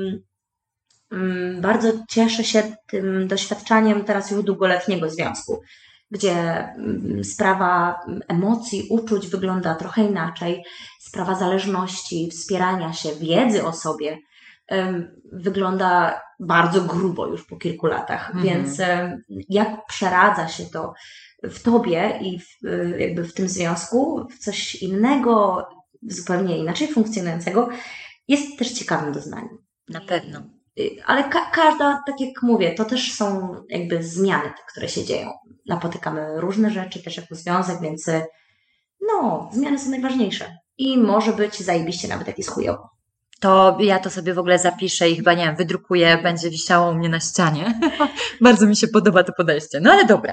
bardzo cieszę się tym doświadczeniem teraz już długoletniego związku, gdzie sprawa emocji, uczuć wygląda trochę inaczej, sprawa zależności, wspierania się, wiedzy o sobie wygląda bardzo grubo już po kilku latach, więc jak przeradza się to w tobie i jakby w tym związku w coś innego, zupełnie inaczej funkcjonującego, jest też ciekawym doznaniem. Na pewno. Ale każda, tak jak mówię, to też są jakby zmiany, które się dzieją. Napotykamy różne rzeczy też jako związek, więc zmiany są najważniejsze. I może być zajebiście nawet jak jest chujowo. To ja to sobie w ogóle zapiszę i chyba, nie wiem, wydrukuję, będzie wisiało u mnie na ścianie. Bardzo mi się podoba to podejście. No ale dobra.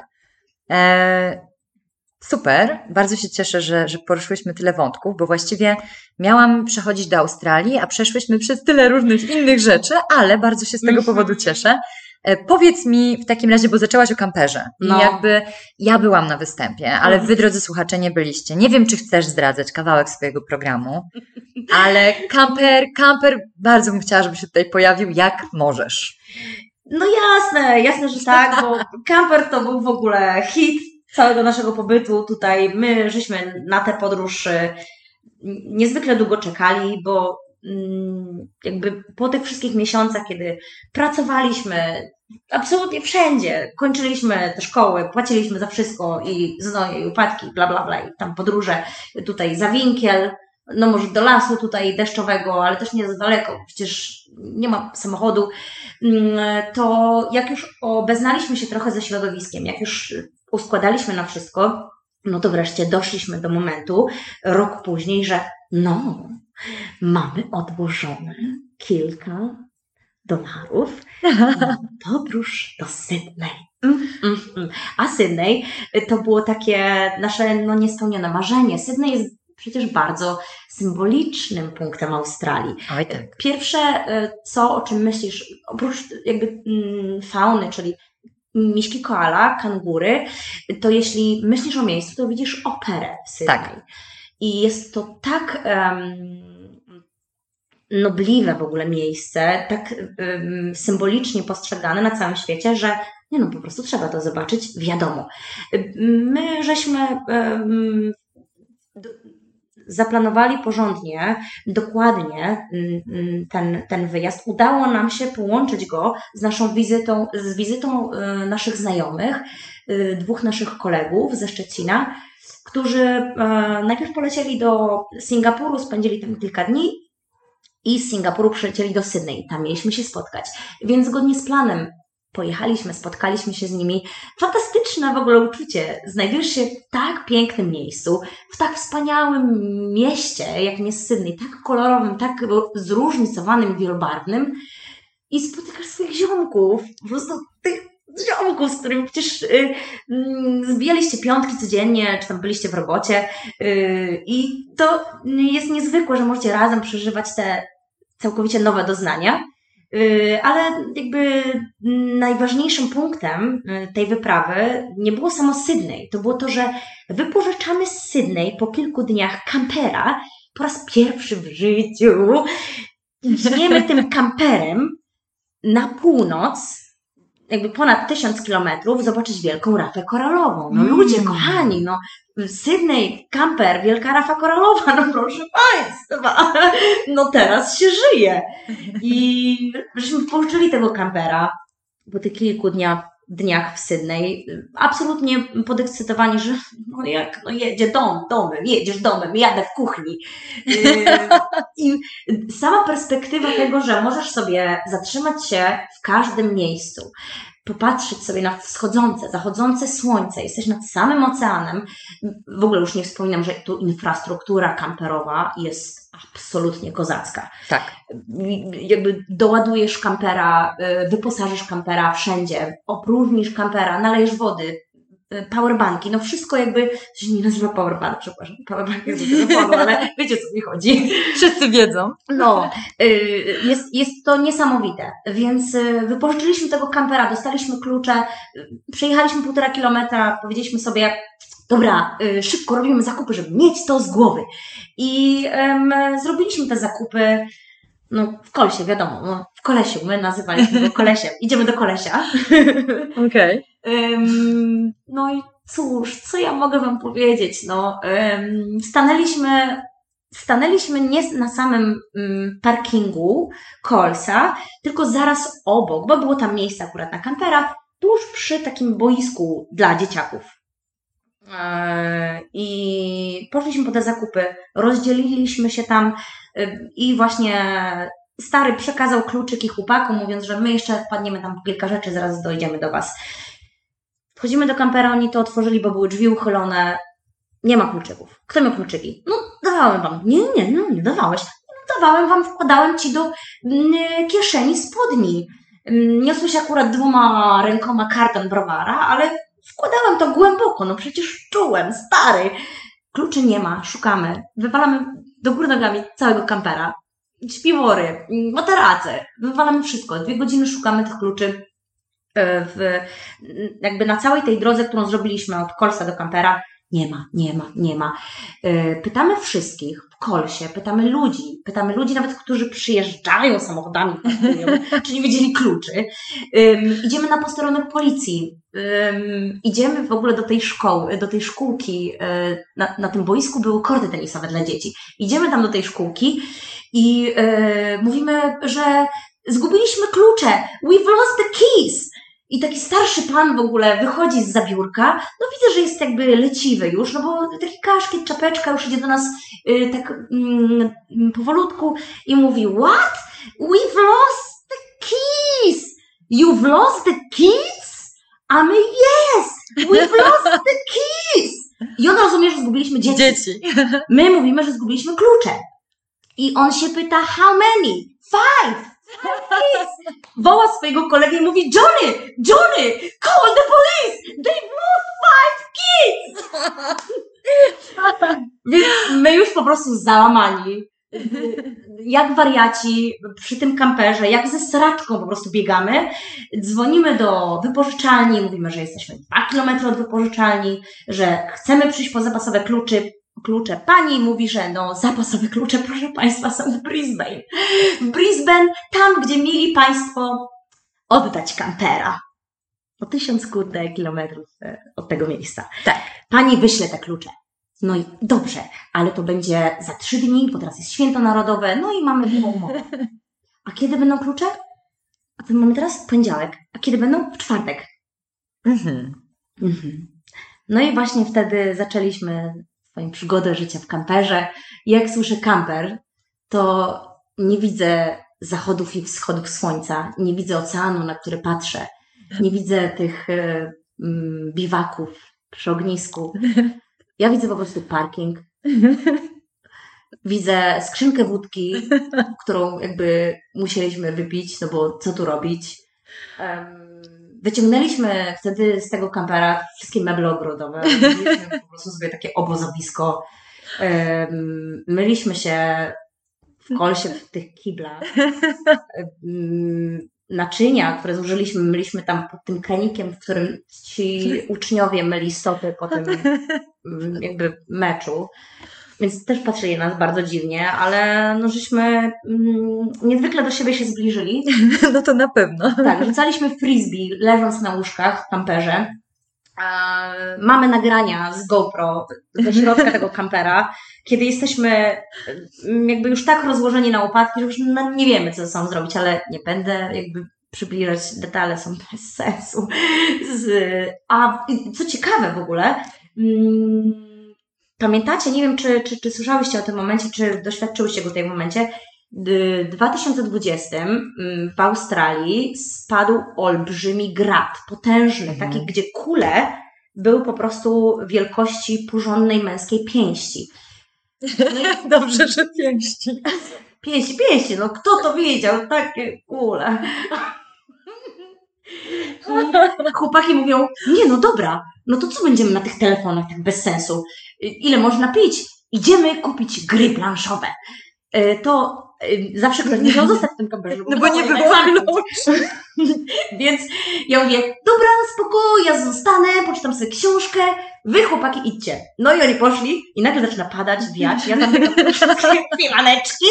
Super, bardzo się cieszę, że poruszyłyśmy tyle wątków, bo właściwie miałam przechodzić do Australii, a przeszłyśmy przez tyle różnych innych rzeczy, ale bardzo się z tego powodu cieszę. Powiedz mi w takim razie, bo zaczęłaś o kamperze i jakby ja byłam na występie, ale wy, drodzy słuchacze, nie byliście. Nie wiem, czy chcesz zdradzać kawałek swojego programu, ale kamper, bardzo bym chciała, żeby się tutaj pojawił, jak możesz. No jasne, że tak, bo kamper to był w ogóle hit całego naszego pobytu tutaj. My żeśmy na tę podróż niezwykle długo czekali, bo jakby po tych wszystkich miesiącach, kiedy pracowaliśmy absolutnie wszędzie, kończyliśmy te szkoły, płaciliśmy za wszystko i znoje, i upadki, bla, bla, bla, i tam podróże tutaj za winkiel, no może do lasu tutaj deszczowego, ale też nie za daleko, przecież nie ma samochodu, to jak już obeznaliśmy się trochę ze środowiskiem, jak już uskładaliśmy na wszystko, no to wreszcie doszliśmy do momentu, rok później, że mamy odłożone kilka dolarów na podróż do Sydney. A Sydney to było takie nasze niespełnione marzenie. Sydney jest przecież bardzo symbolicznym punktem Australii. Oj, tak. Pierwsze, o czym myślisz, oprócz jakby fauny, czyli miśki koala, kangury, to jeśli myślisz o miejscu, to widzisz operę w Sydney. Tak. I jest to tak nobliwe w ogóle miejsce, tak symbolicznie postrzegane na całym świecie, że po prostu trzeba to zobaczyć, wiadomo. My żeśmy zaplanowali porządnie, dokładnie ten wyjazd. Udało nam się połączyć go z wizytą naszych znajomych, dwóch naszych kolegów ze Szczecina, którzy najpierw polecieli do Singapuru, spędzili tam kilka dni i z Singapuru przylecieli do Sydney. Tam mieliśmy się spotkać. Więc zgodnie z planem pojechaliśmy, spotkaliśmy się z nimi. Fantastyczne w ogóle uczucie. Znajdujesz się w tak pięknym miejscu, w tak wspaniałym mieście, jakim jest Sydney, tak kolorowym, tak zróżnicowanym, wielobarwnym i spotykasz swoich ziomków, po prostu tych ziomków, z którymi przecież zbijaliście piątki codziennie, czy tam byliście w robocie i to jest niezwykłe, że możecie razem przeżywać te całkowicie nowe doznania. Ale jakby najważniejszym punktem tej wyprawy nie było samo Sydney. To było to, że wypożyczamy z Sydney po kilku dniach kampera po raz pierwszy w życiu. Śniemy tym kamperem na północ, jakby ponad 1000 kilometrów, zobaczyć wielką rafę koralową. No ludzie kochani, Sydney, kamper, wielka rafa koralowa, proszę Państwa, teraz się żyje. I żeśmy pożyczyli tego kampera po tych kilku dniach w Sydney, absolutnie podekscytowani, że jedziesz domem, jadę w kuchni. I sama perspektywa tego, że możesz sobie zatrzymać się w każdym miejscu, popatrzeć sobie na wschodzące, zachodzące słońce, jesteś nad samym oceanem. W ogóle już nie wspominam, że tu infrastruktura kamperowa jest absolutnie kozacka. Tak. Jakby doładujesz kampera, wyposażysz kampera wszędzie, opróżnisz kampera, nalejesz wody, powerbanki, wszystko jakby, to się nie nazywa powerbank, przepraszam, powerbank jest do telefonu, ale wiecie, co mi chodzi. Wszyscy wiedzą. Jest to niesamowite, więc wypożyczyliśmy tego kampera, dostaliśmy klucze, przejechaliśmy 1,5 kilometra, powiedzieliśmy sobie, dobra, szybko robimy zakupy, żeby mieć to z głowy. I zrobiliśmy te zakupy, w Kolesie, wiadomo, w Kolesiu, my nazywaliśmy go Kolesiem. Idziemy do Kolesia. Okej. No i cóż, co ja mogę Wam powiedzieć? Stanęliśmy stanęliśmy nie na samym parkingu Colsa, tylko zaraz obok, bo było tam miejsce akurat na kampera, tuż przy takim boisku dla dzieciaków. I poszliśmy po te zakupy, rozdzieliliśmy się tam i właśnie stary przekazał kluczyki chłopakom, mówiąc, że my jeszcze wpadniemy tam po kilka rzeczy, zaraz dojdziemy do was. Wchodzimy do kampera, oni to otworzyli, bo były drzwi uchylone. Nie ma kluczyków. Kto miał kluczyki? No, dawałem wam. Nie dawałeś. Dawałem wam, wkładałem ci do kieszeni spodni. Niosłeś akurat 2 rękoma karton browara, ale wkładałem to głęboko, no przecież czułem, stary. Kluczy nie ma, szukamy. Wywalamy do góry nogami całego kampera. Śpiwory, materace, wywalamy wszystko. 2 godziny szukamy tych kluczy. Jakby na całej tej drodze, którą zrobiliśmy od Colsa do kampera, nie ma. Pytamy wszystkich w Colsie, pytamy ludzi nawet, którzy przyjeżdżają samochodami, czy nie wiedzieli kluczy. Idziemy na posterunek policji, idziemy w ogóle do tej szkoły, do tej szkółki, na tym boisku były korty tenisowe dla dzieci. Idziemy tam do tej szkółki i mówimy, że zgubiliśmy klucze, we've lost the keys. I taki starszy pan w ogóle wychodzi zza biurka, no widzę, że jest jakby leciwy już, no bo taki kaszkiet, czapeczka już idzie do nas tak powolutku i mówi, what? We've lost the keys! You've lost the keys? A my, yes! We've lost the keys! I on rozumie, że zgubiliśmy dzieci. My mówimy, że zgubiliśmy klucze. I on się pyta, how many? 5! Kids! Woła swojego kolegę i mówi, Johnny, call the police! They've lost 5 kids! Więc my już po prostu załamani, jak wariaci przy tym kamperze, jak ze sraczką po prostu biegamy, dzwonimy do wypożyczalni, mówimy, że jesteśmy 2 kilometry od wypożyczalni, że chcemy przyjść po zapasowe klucze. Pani mówi, że no zapasowe klucze, proszę Państwa, są w Brisbane. W Brisbane, tam gdzie mieli Państwo oddać kampera. O 1000 kilometrów od tego miejsca. Tak. Pani wyśle te klucze. No i dobrze, ale to będzie za 3 dni, bo teraz jest święto narodowe, no i mamy umowę. A kiedy będą klucze? A to mamy teraz poniedziałek. A kiedy będą? W czwartek. No i właśnie wtedy zaczęliśmy swoją przygodę życia w kamperze. I jak słyszę kamper, to nie widzę zachodów i wschodów słońca, nie widzę oceanu, na który patrzę, nie widzę tych biwaków przy ognisku. Ja widzę po prostu parking, widzę skrzynkę wódki, którą jakby musieliśmy wypić, no bo co tu robić. Wyciągnęliśmy wtedy z tego kampera wszystkie meble ogrodowe, mieliśmy po prostu sobie takie obozowisko, myliśmy się w Colsie w tych kiblach, naczynia, które zużyliśmy, myliśmy tam pod tym kranikiem, w którym ci uczniowie myli stopy po tym jakby meczu. Więc też patrzyli na nas bardzo dziwnie, ale no żeśmy niezwykle do siebie się zbliżyli. No to na pewno. Tak, rzucaliśmy frisbee leżąc na łóżkach w kamperze. Mamy nagrania z GoPro ze środka tego kampera, kiedy jesteśmy jakby już tak rozłożeni na łopatki, że już nie wiemy, co ze sobą zrobić, ale nie będę jakby przybliżać, detale są bez sensu. A co ciekawe w ogóle, pamiętacie, nie wiem, czy słyszałyście o tym momencie, czy doświadczyłyście go w tym momencie, w 2020 w Australii spadł olbrzymi grad, potężny, taki, gdzie kule były po prostu wielkości porządnej męskiej pięści. No i dobrze, że pięści. Pięści, no kto to wiedział, takie kule. Chłopaki mówią, nie no dobra, no to co będziemy na tych telefonach tak bez sensu? Ile można pić? Idziemy kupić gry planszowe. To zawsze ktoś musiał zostać w tym kamperze. No bo nie było kluczy. Więc ja mówię, dobra, spoko, ja zostanę, poczytam sobie książkę, wy chłopaki idźcie. No i oni poszli i nagle zaczyna padać, wiać, ja tam wszystkie filaneczki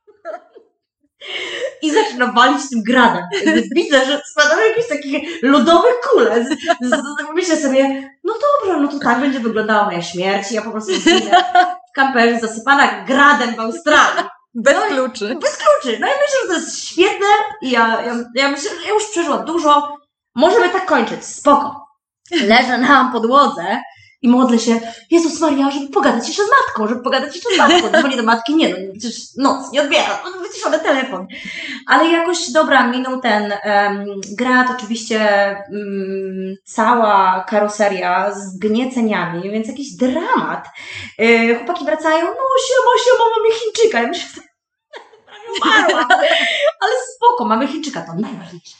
i zaczyna walić tym gradem. Widzę, że spadają jakieś takie lodowe kule. Myślę sobie, no dobra, no to tak będzie wyglądała moja śmierć. Ja po prostu zginę kamperzy, zasypana gradem w Australii. Bez kluczy. Bez kluczy. No ja myślę, że to jest świetne i ja myślę, że ja już przeżyłam dużo. Możemy tak kończyć, spoko. Leżę na podłodze i modlę się, Jezus Maria, żeby pogadać jeszcze z matką, dzwonię do matki, nie, no przecież noc, nie odbieram, wyciszony telefon. Ale jakoś, dobra, minął ten grat, oczywiście cała karoseria z gnieceniami, więc jakiś dramat. Chłopaki wracają, no siema, mamy Chińczyka. Ja myślę, prawie umarłam, ale spoko, mamy Chińczyka, to najważniejsze.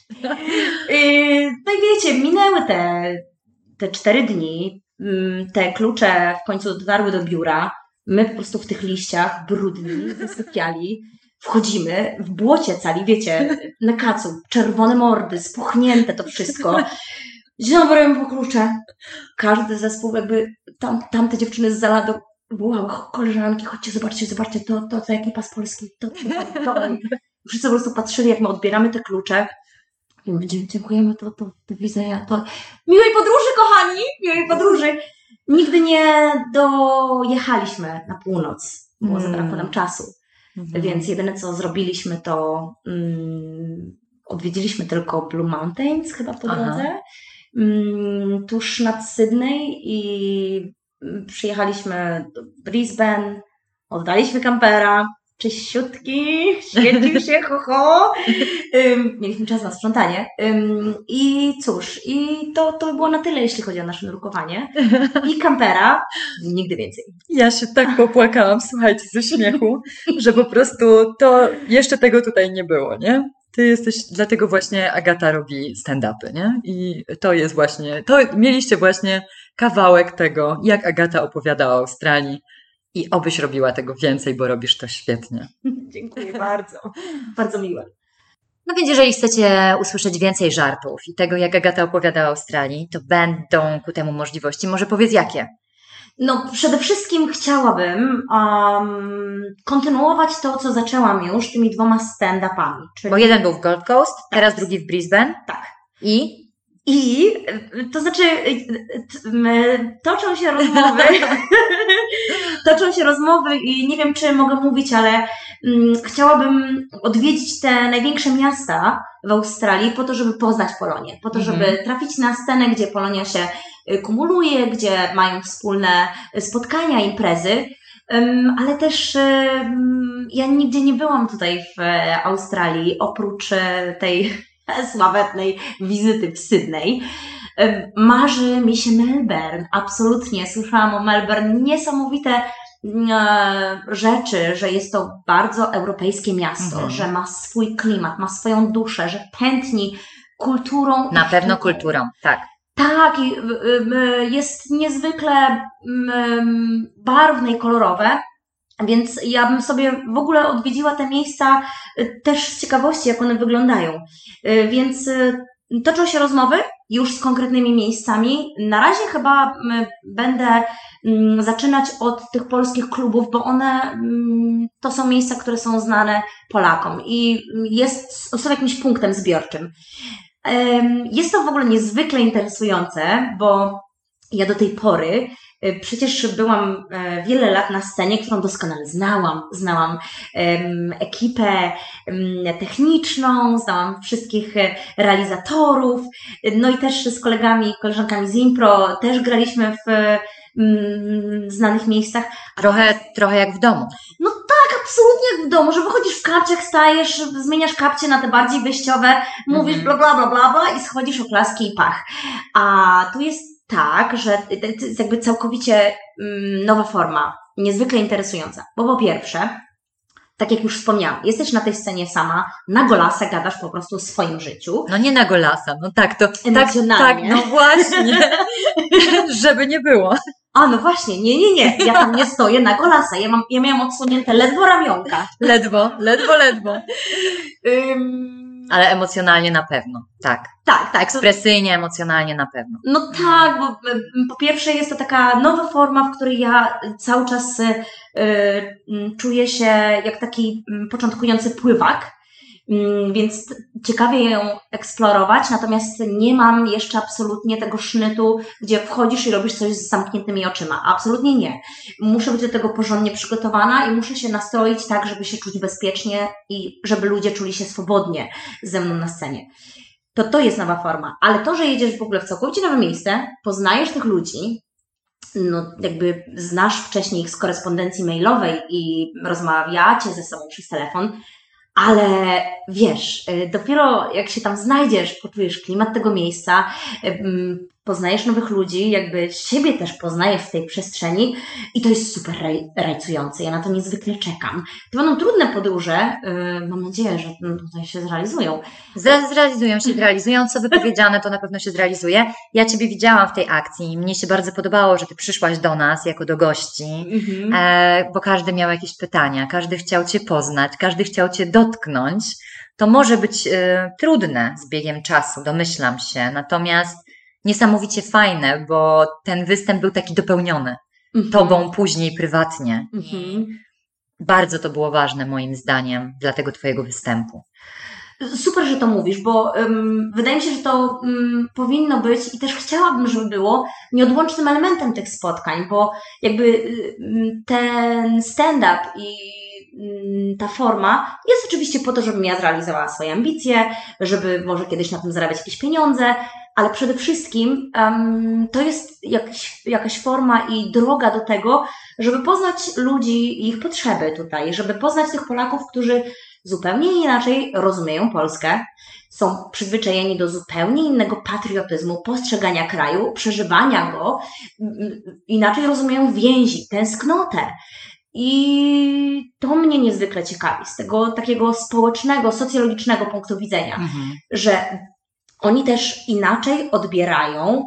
No i wiecie, minęły te 4 dni, te klucze w końcu dotarły do biura, my po prostu w tych liściach, brudni, zasypiali, wchodzimy w błocie cali, wiecie, na kacu, czerwone mordy, spuchnięte to wszystko. Zabrałem po klucze. Każdy zespół jakby, tamte dziewczyny z Zalado, wow, koleżanki, chodźcie, zobaczcie, to jaki pas polski, to. Wszyscy po prostu patrzyli, jak my odbieramy te klucze. Dziękujemy, to widzę, to miłej podróży, kochani, miłej podróży. Nigdy nie dojechaliśmy na północ, bo zabrakło nam czasu. Więc jedyne, co zrobiliśmy, to odwiedziliśmy tylko Blue Mountains chyba po drodze, tuż nad Sydney i przyjechaliśmy do Brisbane, oddaliśmy kampera, czyściutki, świecił się, mieliśmy czas na sprzątanie i cóż, i to by było na tyle, jeśli chodzi o nasze nurkowanie i kampera, nigdy więcej. Ja się tak popłakałam, słuchajcie, ze śmiechu, że po prostu to jeszcze tego tutaj nie było, nie? Ty jesteś, dlatego właśnie Agata robi stand-upy, nie? I to jest właśnie, to mieliście właśnie kawałek tego, jak Agata opowiada o Australii. I obyś robiła tego więcej, bo robisz to świetnie. Dziękuję bardzo. Bardzo miłe. No więc jeżeli chcecie usłyszeć więcej żartów i tego, jak Agata opowiada o Australii, to będą ku temu możliwości. Może powiedz jakie? No przede wszystkim chciałabym kontynuować to, co zaczęłam już tymi 2 stand-upami. Czyli... Bo jeden był w Gold Coast, teraz drugi w Brisbane. Tak. I to znaczy toczą się rozmowy i nie wiem, czy mogę mówić, ale chciałabym odwiedzić te największe miasta w Australii po to, żeby poznać Polonię, po to, żeby trafić na scenę, gdzie Polonia się kumuluje, gdzie mają wspólne spotkania, imprezy, ale też ja nigdzie nie byłam tutaj w Australii, oprócz tej sławetnej wizyty w Sydney. Marzy mi się Melbourne, absolutnie. Słyszałam o Melbourne niesamowite rzeczy, że jest to bardzo europejskie miasto, że ma swój klimat, ma swoją duszę, że tętni kulturą. Na pewno kulturą, tak. Tak, i jest niezwykle barwne i kolorowe. Więc ja bym sobie w ogóle odwiedziła te miejsca też z ciekawości, jak one wyglądają. Więc toczą się rozmowy już z konkretnymi miejscami. Na razie chyba będę zaczynać od tych polskich klubów, bo one to są miejsca, które są znane Polakom i są jakimś punktem zbiorczym. Jest to w ogóle niezwykle interesujące, bo ja do tej pory przecież byłam wiele lat na scenie, którą doskonale znałam ekipę techniczną, znałam wszystkich realizatorów, no i też z kolegami i koleżankami z impro też graliśmy w znanych miejscach. Trochę jak w domu. No tak, absolutnie jak w domu, że wychodzisz w kapciach, stajesz, zmieniasz kapcie na te bardziej wyjściowe, mówisz bla bla bla bla bla i schodzisz oklaski i pach. A tu jest tak, że to jest jakby całkowicie nowa forma, niezwykle interesująca. Bo po pierwsze, tak jak już wspomniałam, jesteś na tej scenie sama, na golasa gadasz po prostu o swoim życiu. No nie na golasa, no tak, to emocjonalnie. Tak, no właśnie, żeby nie było. A no właśnie, nie, ja tam nie stoję na golasa, ja miałam odsłonięte ledwo ramionka. Ledwo. Ale emocjonalnie na pewno, tak. Tak. Ekspresyjnie, emocjonalnie na pewno. No tak, bo po pierwsze jest to taka nowa forma, w której ja cały czas czuję się jak taki początkujący pływak. Więc ciekawie ją eksplorować, natomiast nie mam jeszcze absolutnie tego sznytu, gdzie wchodzisz i robisz coś z zamkniętymi oczyma. Absolutnie nie. Muszę być do tego porządnie przygotowana i muszę się nastroić tak, żeby się czuć bezpiecznie i żeby ludzie czuli się swobodnie ze mną na scenie. To jest nowa forma, ale to, że jedziesz w ogóle w całkowicie nowe miejsce, poznajesz tych ludzi, no jakby znasz wcześniej ich z korespondencji mailowej i rozmawiacie ze sobą przez telefon, ale wiesz, dopiero jak się tam znajdziesz, poczujesz klimat tego miejsca, poznajesz nowych ludzi, jakby siebie też poznajesz w tej przestrzeni i to jest super rajcujące. Ja na to niezwykle czekam. To będą trudne podróże, mam nadzieję, że tutaj się zrealizują. Zrealizują, co wypowiedziane, to na pewno się zrealizuje. Ja Ciebie widziałam w tej akcji, mnie się bardzo podobało, że Ty przyszłaś do nas jako do gości, bo każdy miał jakieś pytania, każdy chciał Cię poznać, każdy chciał Cię dotknąć. To może być trudne z biegiem czasu, domyślam się, natomiast niesamowicie fajne, bo ten występ był taki dopełniony Tobą później prywatnie. Bardzo to było ważne moim zdaniem dla tego Twojego występu. Super, że to mówisz, bo wydaje mi się, że to powinno być i też chciałabym, żeby było nieodłącznym elementem tych spotkań, bo jakby ten stand-up i ta forma jest oczywiście po to, żebym ja zrealizowała swoje ambicje, żeby może kiedyś na tym zarabiać jakieś pieniądze, ale przede wszystkim to jest jakaś forma i droga do tego, żeby poznać ludzi i ich potrzeby tutaj, żeby poznać tych Polaków, którzy zupełnie inaczej rozumieją Polskę, są przyzwyczajeni do zupełnie innego patriotyzmu, postrzegania kraju, przeżywania go, inaczej rozumieją więzi, tęsknotę. I to mnie niezwykle ciekawi z tego takiego społecznego, socjologicznego punktu widzenia, że oni też inaczej odbierają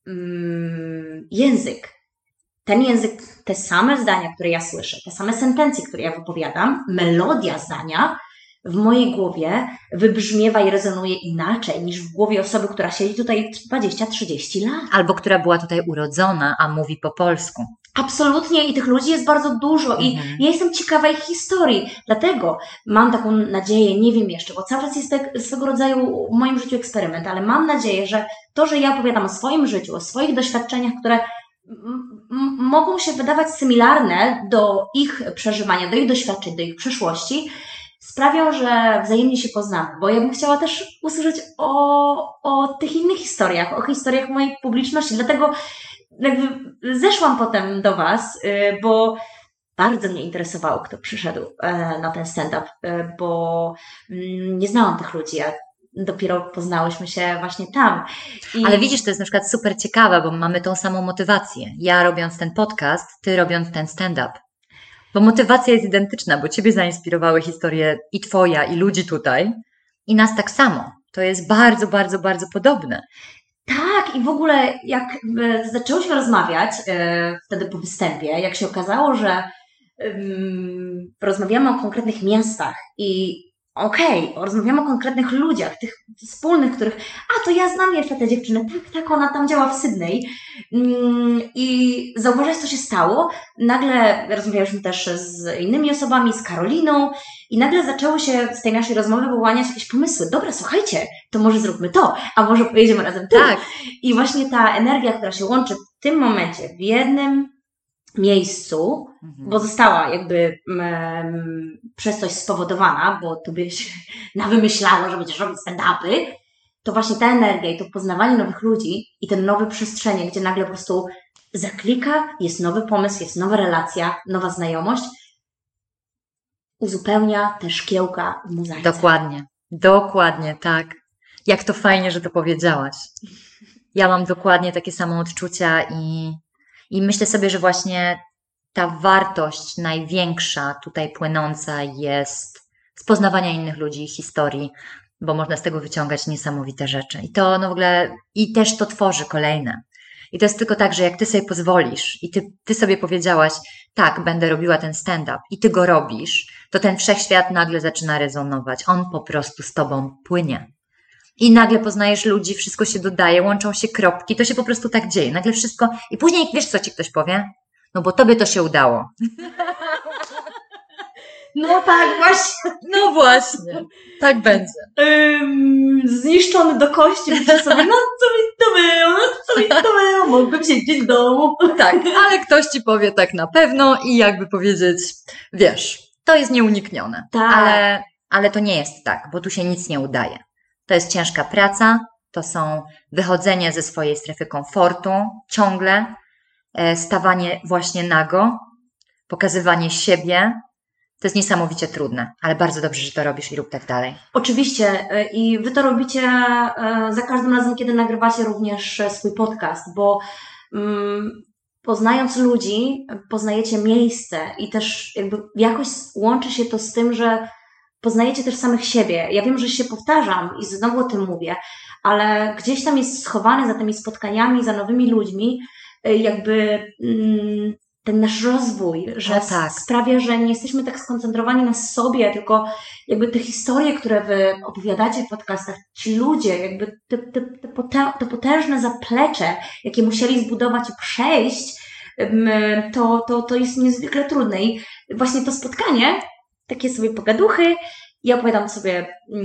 język. Ten język, te same zdania, które ja słyszę, te same sentencje, które ja wypowiadam, melodia zdania w mojej głowie wybrzmiewa i rezonuje inaczej niż w głowie osoby, która siedzi tutaj 20-30 lat. Albo która była tutaj urodzona, a mówi po polsku. Absolutnie i tych ludzi jest bardzo dużo i ja jestem ciekawa ich historii, dlatego mam taką nadzieję, nie wiem jeszcze, bo cały czas jest swego rodzaju w moim życiu eksperyment, ale mam nadzieję, że to, że ja opowiadam o swoim życiu, o swoich doświadczeniach, które mogą się wydawać symilarne do ich przeżywania, do ich doświadczeń, do ich przeszłości, sprawią, że wzajemnie się poznamy, bo ja bym chciała też usłyszeć o tych innych historiach, o historiach mojej publiczności, dlatego jakby zeszłam potem do Was, bo bardzo mnie interesowało, kto przyszedł na ten stand-up, bo nie znałam tych ludzi, a dopiero poznałyśmy się właśnie tam. Ale widzisz, to jest na przykład super ciekawe, bo mamy tą samą motywację. Ja robiąc ten podcast, Ty robiąc ten stand-up. Bo motywacja jest identyczna, bo Ciebie zainspirowały historie i Twoja, i ludzi tutaj, i nas tak samo. To jest bardzo, bardzo, bardzo podobne. Tak, i w ogóle jak zaczęłyśmy rozmawiać wtedy po występie, jak się okazało, że rozmawiamy o konkretnych miastach i rozmawiamy o konkretnych ludziach, tych wspólnych, których, to ja znam jeszcze tę dziewczynę, tak, ona tam działa w Sydney. I zauważyłaś, co się stało. Nagle rozmawiałyśmy też z innymi osobami, z Karoliną i nagle zaczęły się z tej naszej rozmowy wyłaniać jakieś pomysły. Dobra, słuchajcie, to może zróbmy to, a może pojedziemy razem tu. Tak. I właśnie ta energia, która się łączy w tym momencie w jednym miejscu, bo została jakby przez coś spowodowana, bo to by się nawymyślało, że będziesz robić stand-upy, to właśnie ta energia i to poznawanie nowych ludzi i ten nowe przestrzenie, gdzie nagle po prostu zaklika, jest nowy pomysł, jest nowa relacja, nowa znajomość, uzupełnia tę szkiełka w mozaice. Dokładnie, tak. Jak to fajnie, że to powiedziałaś. Ja mam dokładnie takie same odczucia i myślę sobie, że właśnie ta wartość największa tutaj płynąca jest z poznawania innych ludzi, historii, bo można z tego wyciągać niesamowite rzeczy. I to w ogóle, i też to tworzy kolejne. I to jest tylko tak, że jak Ty sobie pozwolisz i ty sobie powiedziałaś, tak, będę robiła ten stand-up i Ty go robisz, to ten wszechświat nagle zaczyna rezonować. On po prostu z Tobą płynie. I nagle poznajesz ludzi, wszystko się dodaje, łączą się kropki, to się po prostu tak dzieje. Nagle wszystko, i później wiesz, co Ci ktoś powie? No bo Tobie to się udało. No tak, właśnie. No właśnie, tak będzie. Zniszczony do kości, myślę sobie, no co mi to było, mógłbym siedzieć w domu. Tak, ale ktoś ci powie tak na pewno i jakby powiedzieć, wiesz, to jest nieuniknione. Tak. Ale to nie jest tak, bo tu się nic nie udaje. To jest ciężka praca, to są wychodzenie ze swojej strefy komfortu ciągle, stawanie właśnie nago, pokazywanie siebie. To jest niesamowicie trudne, ale bardzo dobrze, że to robisz i rób tak dalej. Oczywiście i wy to robicie za każdym razem, kiedy nagrywacie również swój podcast, bo poznając ludzi, poznajecie miejsce i też jakby jakoś łączy się to z tym, że poznajecie też samych siebie. Ja wiem, że się powtarzam i znowu o tym mówię, ale gdzieś tam jest schowany za tymi spotkaniami, za nowymi ludźmi, jakby ten nasz rozwój, że tak. sprawia, że nie jesteśmy tak skoncentrowani na sobie, tylko jakby te historie, które wy opowiadacie w podcastach, ci ludzie, jakby te potężne zaplecze, jakie musieli zbudować i przejść, to jest niezwykle trudne. I właśnie to spotkanie, takie sobie pogaduchy, ja opowiadam sobie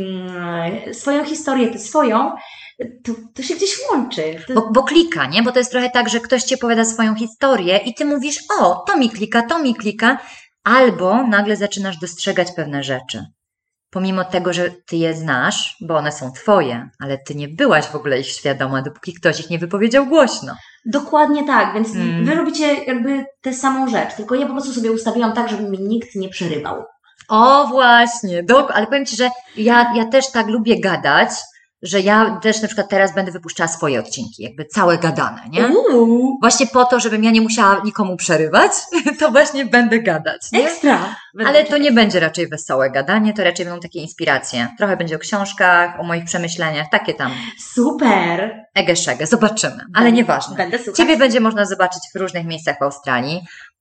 swoją historię, ty swoją, to się gdzieś łączy. Bo klika, nie? Bo to jest trochę tak, że ktoś ci opowiada swoją historię i ty mówisz, o, to mi klika, albo nagle zaczynasz dostrzegać pewne rzeczy. Pomimo tego, że ty je znasz, bo one są twoje, ale ty nie byłaś w ogóle ich świadoma, dopóki ktoś ich nie wypowiedział głośno. Dokładnie tak, więc wy robicie jakby tę samą rzecz, tylko ja po prostu sobie ustawiłam tak, żeby mi nikt nie przerywał. O właśnie, ale powiem ci, że ja też tak lubię gadać, że ja też na przykład teraz będę wypuszczała swoje odcinki, jakby całe gadane, nie? Właśnie po to, żebym ja nie musiała nikomu przerywać, to właśnie będę gadać, nie? Ekstra! Ale to nie będzie raczej wesołe gadanie, to raczej będą takie inspiracje. Trochę będzie o książkach, o moich przemyśleniach, takie tam. Super! Szegę, zobaczymy, ale nieważne. Będę słuchać. Ciebie będzie można zobaczyć w różnych miejscach w Australii.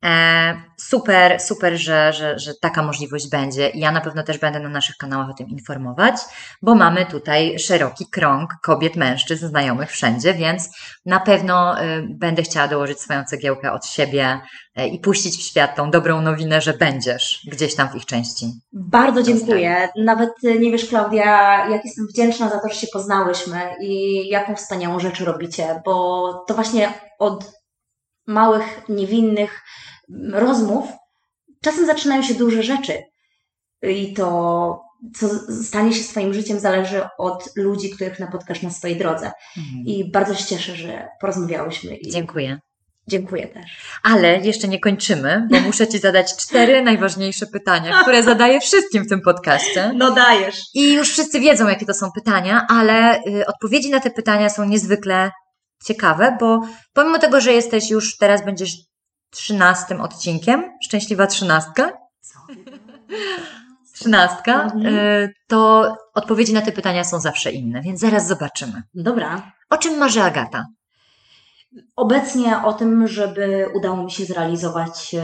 Super, że taka możliwość będzie i ja na pewno też będę na naszych kanałach o tym informować, bo mamy tutaj szeroki krąg kobiet, mężczyzn, znajomych wszędzie, więc na pewno będę chciała dołożyć swoją cegiełkę od siebie i puścić w świat tą dobrą nowinę, że będziesz gdzieś tam w ich części. Bardzo dziękuję. Nawet nie wiesz, Klaudia, jak jestem wdzięczna za to, że się poznałyśmy i jaką wspaniałą rzecz robicie, bo to właśnie od małych, niewinnych rozmów czasem zaczynają się duże rzeczy i to, co stanie się swoim życiem, zależy od ludzi, których napotkasz na swojej drodze. I bardzo się cieszę, że porozmawiałyśmy. Dziękuję. Dziękuję też. Ale jeszcze nie kończymy, bo muszę Ci zadać 4 najważniejsze pytania, które zadaję wszystkim w tym podcaście. No dajesz. I już wszyscy wiedzą, jakie to są pytania, ale odpowiedzi na te pytania są niezwykle ciekawe, bo pomimo tego, że jesteś już, teraz będziesz 13 odcinkiem, szczęśliwa 13, 13, to odpowiedzi na te pytania są zawsze inne, więc zaraz zobaczymy. Dobra. O czym marzy Agata? Obecnie o tym, żeby udało mi się zrealizować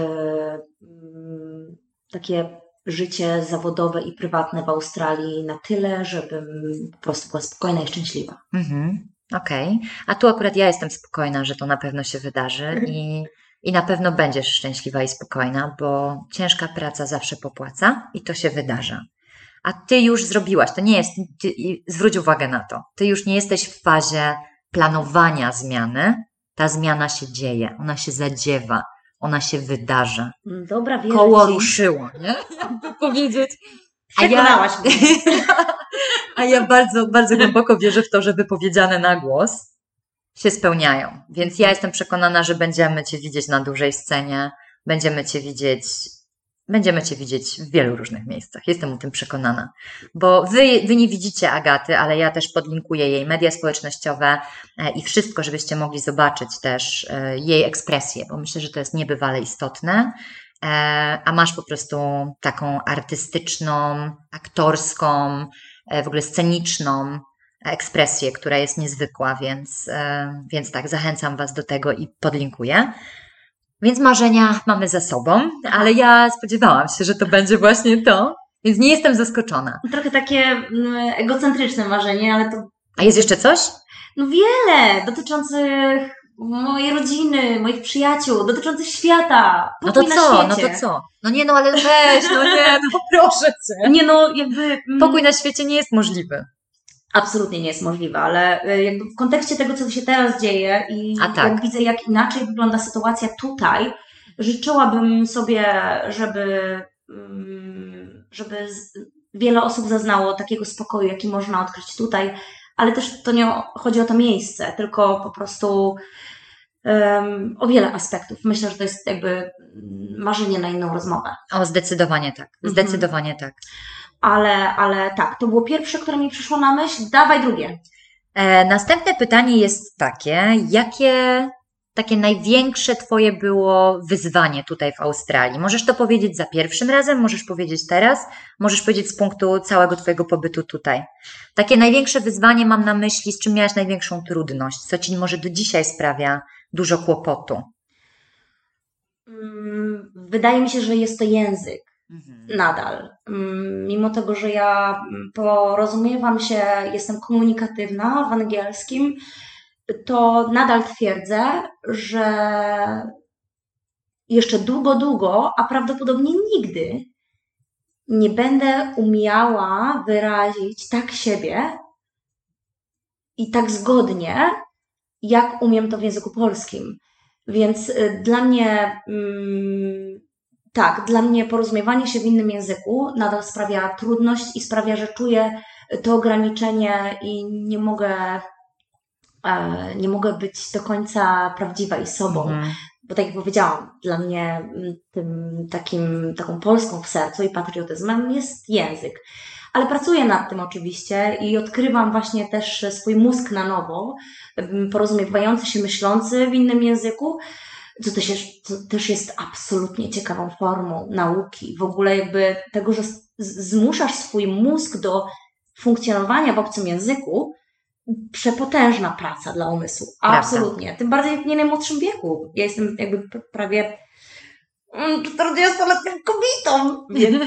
takie życie zawodowe i prywatne w Australii na tyle, żebym po prostu była spokojna i szczęśliwa. Okej. A tu akurat ja jestem spokojna, że to na pewno się wydarzy i na pewno będziesz szczęśliwa i spokojna, bo ciężka praca zawsze popłaca i to się wydarza. A ty już zrobiłaś, to nie jest, zwróć uwagę na to, ty już nie jesteś w fazie planowania zmiany, ta zmiana się dzieje, ona się zadziewa, ona się wydarza. Dobra, wierzę Koło ci. ruszyło, nie? Jakby powiedzieć. Przekonałaś mnie. A ja bardzo, bardzo głęboko wierzę w to, że wypowiedziane na głos się spełniają. Więc ja jestem przekonana, że będziemy Cię widzieć na dużej scenie, będziemy Cię widzieć w wielu różnych miejscach. Jestem o tym przekonana. Bo wy nie widzicie Agaty, ale ja też podlinkuję jej media społecznościowe i wszystko, żebyście mogli zobaczyć też jej ekspresję, bo myślę, że to jest niebywale istotne. A masz po prostu taką artystyczną, aktorską, w ogóle sceniczną ekspresję, która jest niezwykła, więc tak, zachęcam Was do tego i podlinkuję. Więc marzenia mamy za sobą, ale ja spodziewałam się, że to będzie właśnie to, więc nie jestem zaskoczona. Trochę takie egocentryczne marzenie, ale to... A jest jeszcze coś? No wiele dotyczących mojej rodziny, moich przyjaciół, dotyczących świata. No to Pokój co? na No świecie. to co? No nie, no ale weź, no nie, no proszę cię. Nie no, jakby... Pokój na świecie nie jest możliwy. Absolutnie nie jest możliwe, ale jakby w kontekście tego, co się teraz dzieje i A tak. jak widzę, jak inaczej wygląda sytuacja tutaj, życzyłabym sobie, żeby wiele osób zaznało takiego spokoju, jaki można odkryć tutaj, ale też to nie chodzi o to miejsce, tylko po prostu o wiele aspektów. Myślę, że to jest jakby marzenie na inną rozmowę. O, zdecydowanie tak. Zdecydowanie tak. Ale tak, to było pierwsze, które mi przyszło na myśl. Dawaj drugie. Następne pytanie jest takie, jakie takie największe Twoje było wyzwanie tutaj w Australii? Możesz to powiedzieć za pierwszym razem, możesz powiedzieć teraz, możesz powiedzieć z punktu całego Twojego pobytu tutaj. Takie największe wyzwanie mam na myśli, z czym miałaś największą trudność, co Ci może do dzisiaj sprawia dużo kłopotu? Wydaje mi się, że jest to język. Nadal. Mimo tego, że ja porozumiewam się, jestem komunikatywna w angielskim, to nadal twierdzę, że jeszcze długo, a prawdopodobnie nigdy nie będę umiała wyrazić tak siebie i tak zgodnie, jak umiem to w języku polskim. Więc dla mnie tak, dla mnie porozumiewanie się w innym języku nadal sprawia trudność i sprawia, że czuję to ograniczenie i nie mogę być do końca prawdziwa i sobą. Bo tak jak powiedziałam, dla mnie taką Polską w sercu i patriotyzmem jest język. Ale pracuję nad tym oczywiście i odkrywam właśnie też swój mózg na nowo, porozumiewający się, myślący w innym języku, co też jest absolutnie ciekawą formą nauki. W ogóle jakby tego, że zmuszasz swój mózg do funkcjonowania w obcym języku, przepotężna praca dla umysłu. Absolutnie. Prawda. Tym bardziej w nie najmłodszym wieku. Ja jestem jakby prawie 40-letnią kobietą, więc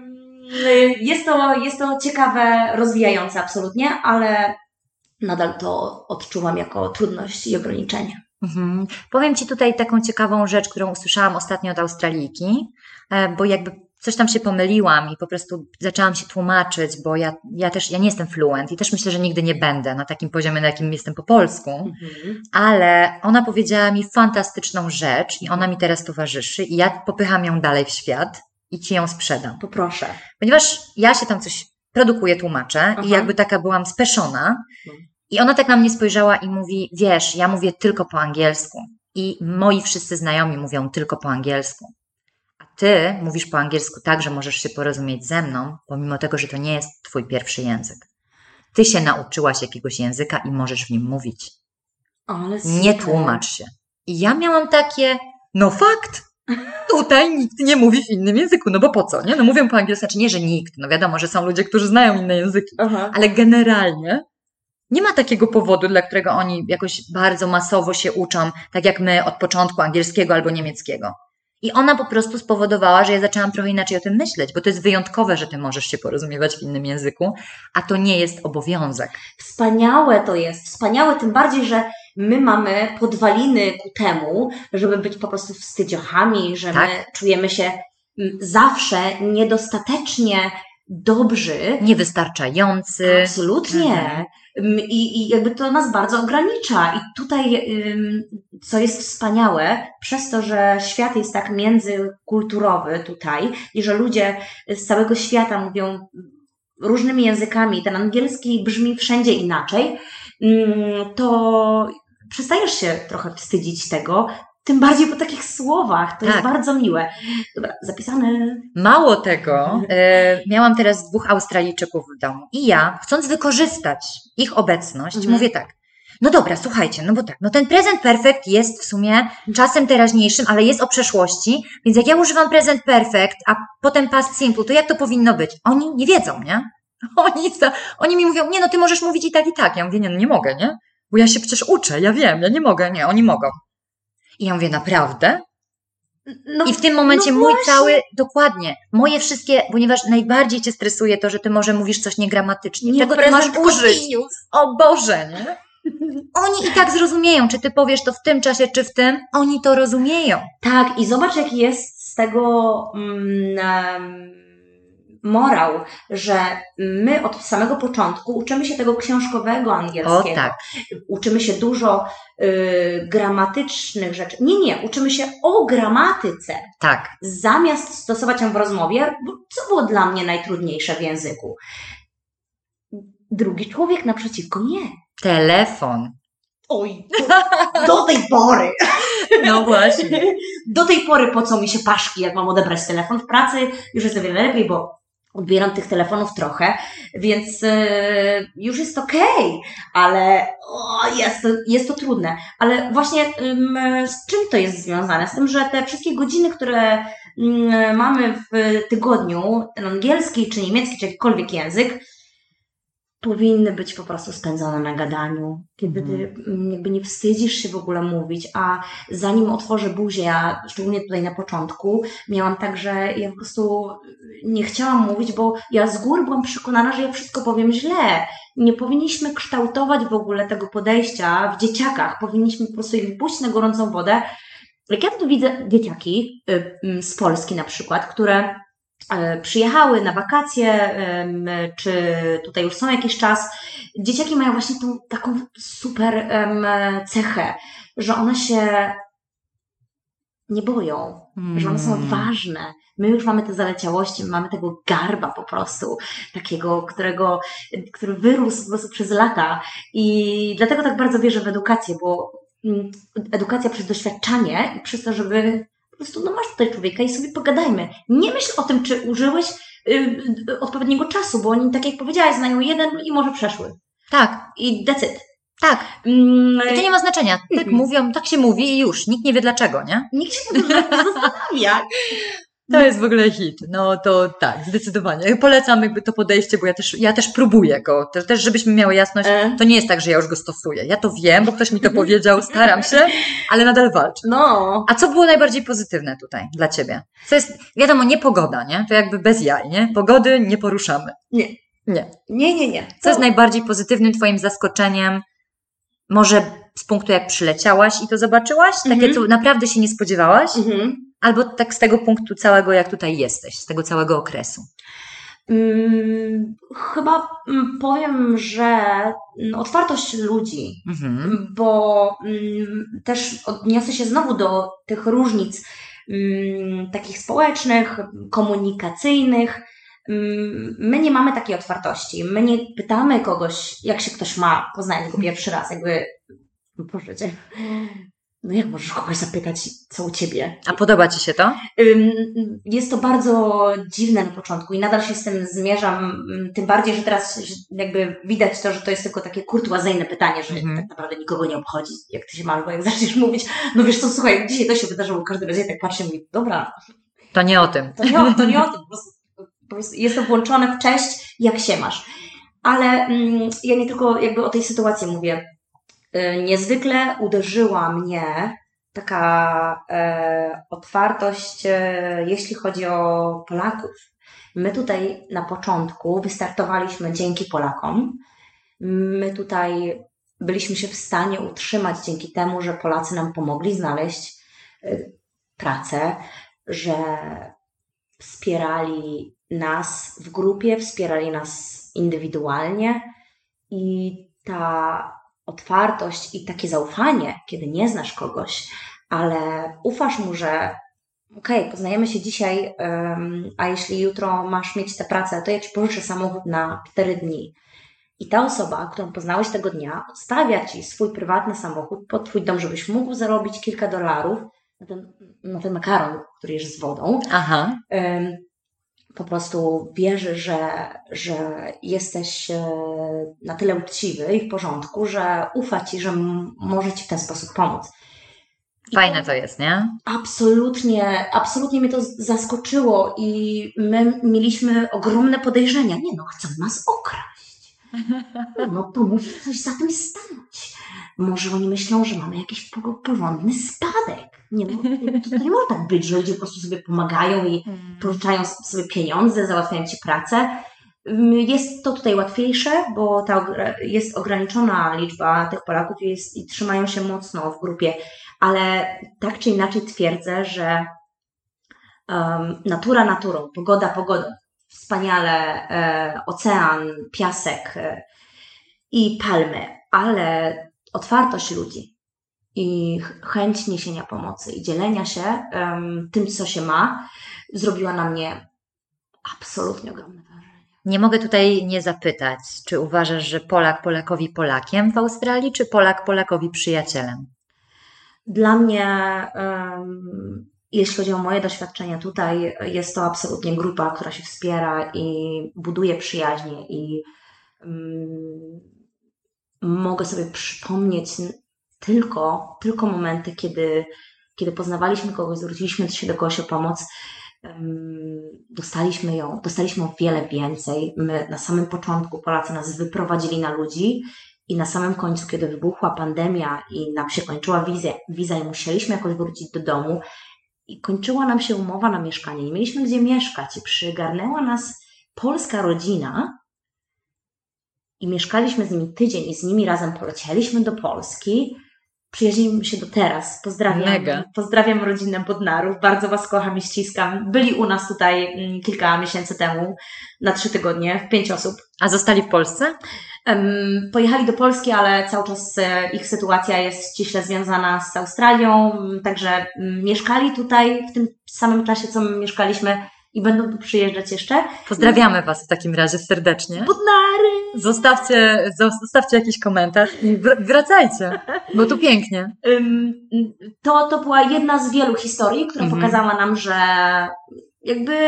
jest to ciekawe, rozwijające absolutnie, ale nadal to odczuwam jako trudność i ograniczenie. Powiem Ci tutaj taką ciekawą rzecz, którą usłyszałam ostatnio od Australijki, bo jakby coś tam się pomyliłam i po prostu zaczęłam się tłumaczyć, bo ja nie jestem fluent i też myślę, że nigdy nie będę na takim poziomie, na jakim jestem po polsku, ale ona powiedziała mi fantastyczną rzecz i ona mi teraz towarzyszy i ja popycham ją dalej w świat i Ci ją sprzedam. Poproszę. Ponieważ ja się tam coś produkuję, tłumaczę i jakby taka byłam speszona i ona tak na mnie spojrzała i mówi, wiesz, ja mówię tylko po angielsku i moi wszyscy znajomi mówią tylko po angielsku. Ty mówisz po angielsku tak, że możesz się porozumieć ze mną, pomimo tego, że to nie jest Twój pierwszy język. Ty się nauczyłaś jakiegoś języka i możesz w nim mówić. Ale nie tłumacz się. I ja miałam takie, no fakt, tutaj nikt nie mówi w innym języku, no bo po co, nie? No mówią po angielsku, znaczy nie, że nikt, no wiadomo, że są ludzie, którzy znają inne języki, ale generalnie nie ma takiego powodu, dla którego oni jakoś bardzo masowo się uczą, tak jak my od początku angielskiego albo niemieckiego. I ona po prostu spowodowała, że ja zaczęłam trochę inaczej o tym myśleć, bo to jest wyjątkowe, że ty możesz się porozumiewać w innym języku, a to nie jest obowiązek. Wspaniałe to jest, wspaniałe, tym bardziej, że my mamy podwaliny ku temu, żeby być po prostu wstydziochami, że my czujemy się zawsze niedostatecznie dobrzy. Niewystarczający. Absolutnie. I jakby to nas bardzo ogranicza. I tutaj, co jest wspaniałe, przez to, że świat jest tak międzykulturowy tutaj i że ludzie z całego świata mówią różnymi językami, ten angielski brzmi wszędzie inaczej, to przestajesz się trochę wstydzić tego, tym bardziej po takich słowach. To jest bardzo miłe. Dobra, zapisane. Mało tego, miałam teraz 2 Australijczyków w domu i ja, chcąc wykorzystać ich obecność, mówię tak, no dobra, słuchajcie, no bo tak, no ten present perfect jest w sumie czasem teraźniejszym, ale jest o przeszłości, więc jak ja używam present perfect, a potem past simple, to jak to powinno być? Oni nie wiedzą, nie? Oni mi mówią, nie, no ty możesz mówić i tak. Ja mówię, nie, no nie mogę, nie? Bo ja się przecież uczę, ja wiem, ja nie mogę, nie, oni mogą. I ja mówię, naprawdę? No, i w tym momencie dokładnie, moje wszystkie, ponieważ najbardziej Cię stresuje to, że Ty może mówisz coś niegramatycznie, czego Ty masz użyć. O Boże, nie? Oni i tak zrozumieją, czy ty powiesz to w tym czasie, czy w tym, oni to rozumieją. Tak, i zobacz, jaki jest z tego morał, że my od samego początku uczymy się tego książkowego angielskiego. O tak. Uczymy się dużo gramatycznych rzeczy. Nie, uczymy się o gramatyce. Tak. Zamiast stosować ją w rozmowie, co było dla mnie najtrudniejsze w języku. Drugi człowiek naprzeciwko nie. Telefon. Oj, do tej pory. No właśnie. Do tej pory po co mi się paszki, jak mam odebrać telefon w pracy, już jest o wiele lepiej, bo odbieram tych telefonów trochę, więc już jest okej, ale jest to trudne. Ale właśnie z czym to jest związane? Z tym, że te wszystkie godziny, które mamy w tygodniu, ten angielski, czy niemiecki, czy jakikolwiek język, powinny być po prostu spędzone na gadaniu, kiedy ty jakby nie wstydzisz się w ogóle mówić, a zanim otworzę buzię, ja szczególnie tutaj na początku, miałam tak, że ja po prostu nie chciałam mówić, bo ja z góry byłam przekonana, że ja wszystko powiem źle. Nie powinniśmy kształtować w ogóle tego podejścia w dzieciakach, powinniśmy po prostu ich wpuścić na gorącą wodę. Jak ja tu widzę dzieciaki z Polski na przykład, które przyjechały na wakacje, czy tutaj już są jakiś czas, dzieciaki mają właśnie tą taką super cechę, że one się nie boją, że one są odważne. My już mamy te zaleciałości, my mamy tego garba po prostu, takiego, który wyrósł po prostu przez lata i dlatego tak bardzo wierzę w edukację, bo edukacja przez doświadczanie i przez to, żeby po prostu, masz tutaj człowieka i sobie pogadajmy. Nie myśl o tym, czy użyłeś odpowiedniego czasu, bo oni, tak jak powiedziałaś, znają jeden i może przeszły. Tak. I that's it. Tak. I to nie ma znaczenia. Tak mówią, tak się mówi i już. Nikt nie wie dlaczego, nie? Nikt się nie zastanawia. To jest w ogóle hit. No to tak, zdecydowanie. Polecam jakby to podejście, bo ja też próbuję go. Też, żebyśmy miały jasność, to nie jest tak, że ja już go stosuję. Ja to wiem, bo ktoś mi to powiedział, staram się, ale nadal walczę. No. A co było najbardziej pozytywne tutaj dla Ciebie? Co jest, wiadomo, nie pogoda, nie? To jakby bez jaj, nie? Pogody nie poruszamy. Nie. Co jest najbardziej pozytywnym Twoim zaskoczeniem? Może z punktu, jak przyleciałaś i to zobaczyłaś? Takie, co naprawdę się nie spodziewałaś? Albo tak z tego punktu całego, jak tutaj jesteś, z tego całego okresu? Chyba powiem, że otwartość ludzi, bo też odniosę się znowu do tych różnic takich społecznych, komunikacyjnych. My nie mamy takiej otwartości. My nie pytamy kogoś, jak się ktoś ma, poznając go pierwszy raz, jakby, proszę Cię. No jak możesz kogoś zapytać, co u Ciebie? A podoba Ci się to? Jest to bardzo dziwne na początku i nadal się z tym zmierzam, tym bardziej, że teraz jakby widać to, że to jest tylko takie kurtuazyjne pytanie, że tak naprawdę nikogo nie obchodzi, jak Ty się masz, bo jak zaczniesz mówić, no wiesz co, słuchaj, dzisiaj to się wydarzyło, każdy raz ja tak patrzę i mówię, dobra. To nie o tym. To nie o tym, po prostu jest to włączone w cześć, jak się masz. Ale ja nie tylko jakby o tej sytuacji mówię. Niezwykle uderzyła mnie taka otwartość, jeśli chodzi o Polaków. My tutaj na początku wystartowaliśmy dzięki Polakom. My tutaj byliśmy się w stanie utrzymać dzięki temu, że Polacy nam pomogli znaleźć pracę, że wspierali nas w grupie, wspierali nas indywidualnie i ta otwartość i takie zaufanie, kiedy nie znasz kogoś, ale ufasz mu, że okej, poznajemy się dzisiaj, a jeśli jutro masz mieć tę pracę, to ja Ci pożyczę samochód na 4 dni. I ta osoba, którą poznałeś tego dnia, odstawia Ci swój prywatny samochód pod Twój dom, żebyś mógł zarobić kilka dolarów na ten makaron, który jest z wodą. Aha. Po prostu wierzy, że jesteś na tyle uczciwy i w porządku, że ufa Ci, że może Ci w ten sposób pomóc. Fajne to jest, nie? Absolutnie mnie to zaskoczyło i my mieliśmy ogromne podejrzenia. Nie no, chcą nas okraść. No to musi coś za tym stać. Może oni myślą, że mamy jakiś porządny spadek. Nie no, to nie może tak być, że ludzie po prostu sobie pomagają i pożyczają sobie pieniądze, załatwiają Ci pracę. Jest to tutaj łatwiejsze, bo jest ograniczona liczba tych Polaków i trzymają się mocno w grupie, ale tak czy inaczej twierdzę, że natura naturą, pogoda pogodą, wspaniale, ocean, piasek i palmy, ale otwartość ludzi i chęć niesienia pomocy i dzielenia się tym, co się ma, zrobiła na mnie absolutnie ogromne wrażenie. Nie mogę tutaj nie zapytać, czy uważasz, że Polak Polakowi Polakiem w Australii, czy Polak Polakowi przyjacielem? Dla mnie, jeśli chodzi o moje doświadczenia tutaj, jest to absolutnie grupa, która się wspiera i buduje przyjaźnie i mogę sobie przypomnieć tylko momenty, kiedy poznawaliśmy kogoś, zwróciliśmy się do kogoś o pomoc, dostaliśmy o wiele więcej. My na samym początku Polacy nas wyprowadzili na ludzi i na samym końcu, kiedy wybuchła pandemia i nam się kończyła wiza i musieliśmy jakoś wrócić do domu i kończyła nam się umowa na mieszkanie, nie mieliśmy gdzie mieszkać i przygarnęła nas polska rodzina i mieszkaliśmy z nimi tydzień i z nimi razem polecieliśmy do Polski. Przyjaźnimy się do teraz. Pozdrawiam rodzinę Bodnarów. Bardzo Was kocham i ściskam. Byli u nas tutaj kilka miesięcy temu na 3 tygodnie, w 5 osób. A zostali w Polsce? Pojechali do Polski, ale cały czas ich sytuacja jest ściśle związana z Australią, także mieszkali tutaj w tym samym czasie, co my mieszkaliśmy i będą tu przyjeżdżać jeszcze. Pozdrawiamy Was w takim razie serdecznie. Bodnary! Zostawcie jakiś komentarz i wracajcie, bo tu pięknie. To była jedna z wielu historii, która pokazała nam, że jakby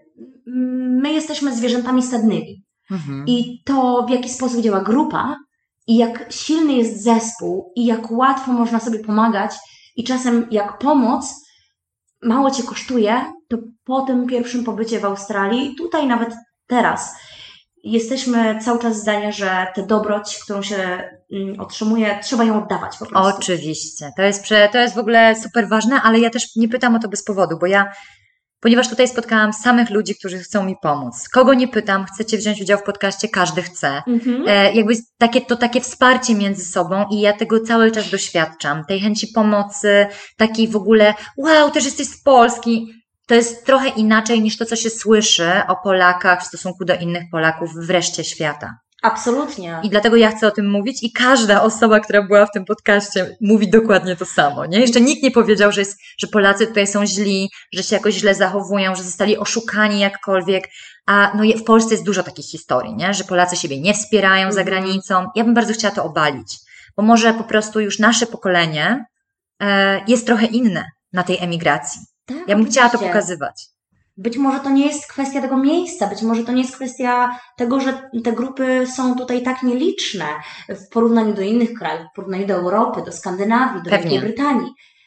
my jesteśmy zwierzętami stadnymi. I to, w jaki sposób działa grupa i jak silny jest zespół i jak łatwo można sobie pomagać i czasem jak pomoc mało Cię kosztuje, to po tym pierwszym pobycie w Australii, tutaj nawet teraz, jesteśmy cały czas zdania, że tę dobroć, którą się otrzymuje, trzeba ją oddawać po prostu. Oczywiście. To jest w ogóle super ważne, ale ja też nie pytam o to bez powodu, ponieważ tutaj spotkałam samych ludzi, którzy chcą mi pomóc. Kogo nie pytam, chcecie wziąć udział w podcaście, każdy chce. Jakby takie wsparcie między sobą i ja tego cały czas doświadczam. Tej chęci pomocy, takiej w ogóle, wow, też jesteś z Polski. To jest trochę inaczej niż to, co się słyszy o Polakach w stosunku do innych Polaków w reszcie świata. Absolutnie. I dlatego ja chcę o tym mówić i każda osoba, która była w tym podcaście, mówi dokładnie to samo, nie? Jeszcze nikt nie powiedział, że Polacy tutaj są źli, że się jakoś źle zachowują, że zostali oszukani jakkolwiek, a no w Polsce jest dużo takich historii, nie? Że Polacy siebie nie wspierają za granicą. Ja bym bardzo chciała to obalić, bo może po prostu już nasze pokolenie jest trochę inne na tej emigracji. Tak, ja bym chciała to pokazywać. Być może to nie jest kwestia tego miejsca, być może to nie jest kwestia tego, że te grupy są tutaj tak nieliczne w porównaniu do innych krajów, w porównaniu do Europy, do Skandynawii, do Wielkiej Brytanii.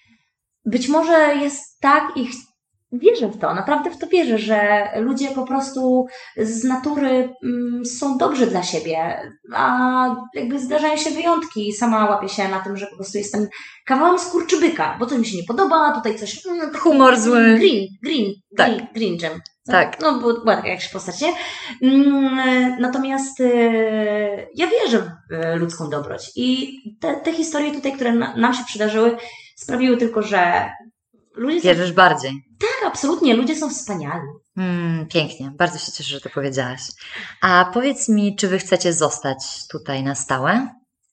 Być może jest tak i wierzę w to, naprawdę w to wierzę, że ludzie po prostu z natury są dobrzy dla siebie, a jakby zdarzają się wyjątki. Sama łapię się na tym, że po prostu jestem kawałem skurczybyka, bo coś mi się nie podoba, tutaj coś... Humor zły. Green Jam. Tak. No, bo była taka jakaś postać, nie? Natomiast ja wierzę w ludzką dobroć i te historie tutaj, które nam się przydarzyły, sprawiły tylko, że ludzie wierzysz bardziej. Tak, absolutnie. Ludzie są wspaniali. Pięknie. Bardzo się cieszę, że to powiedziałaś. A powiedz mi, czy wy chcecie zostać tutaj na stałe?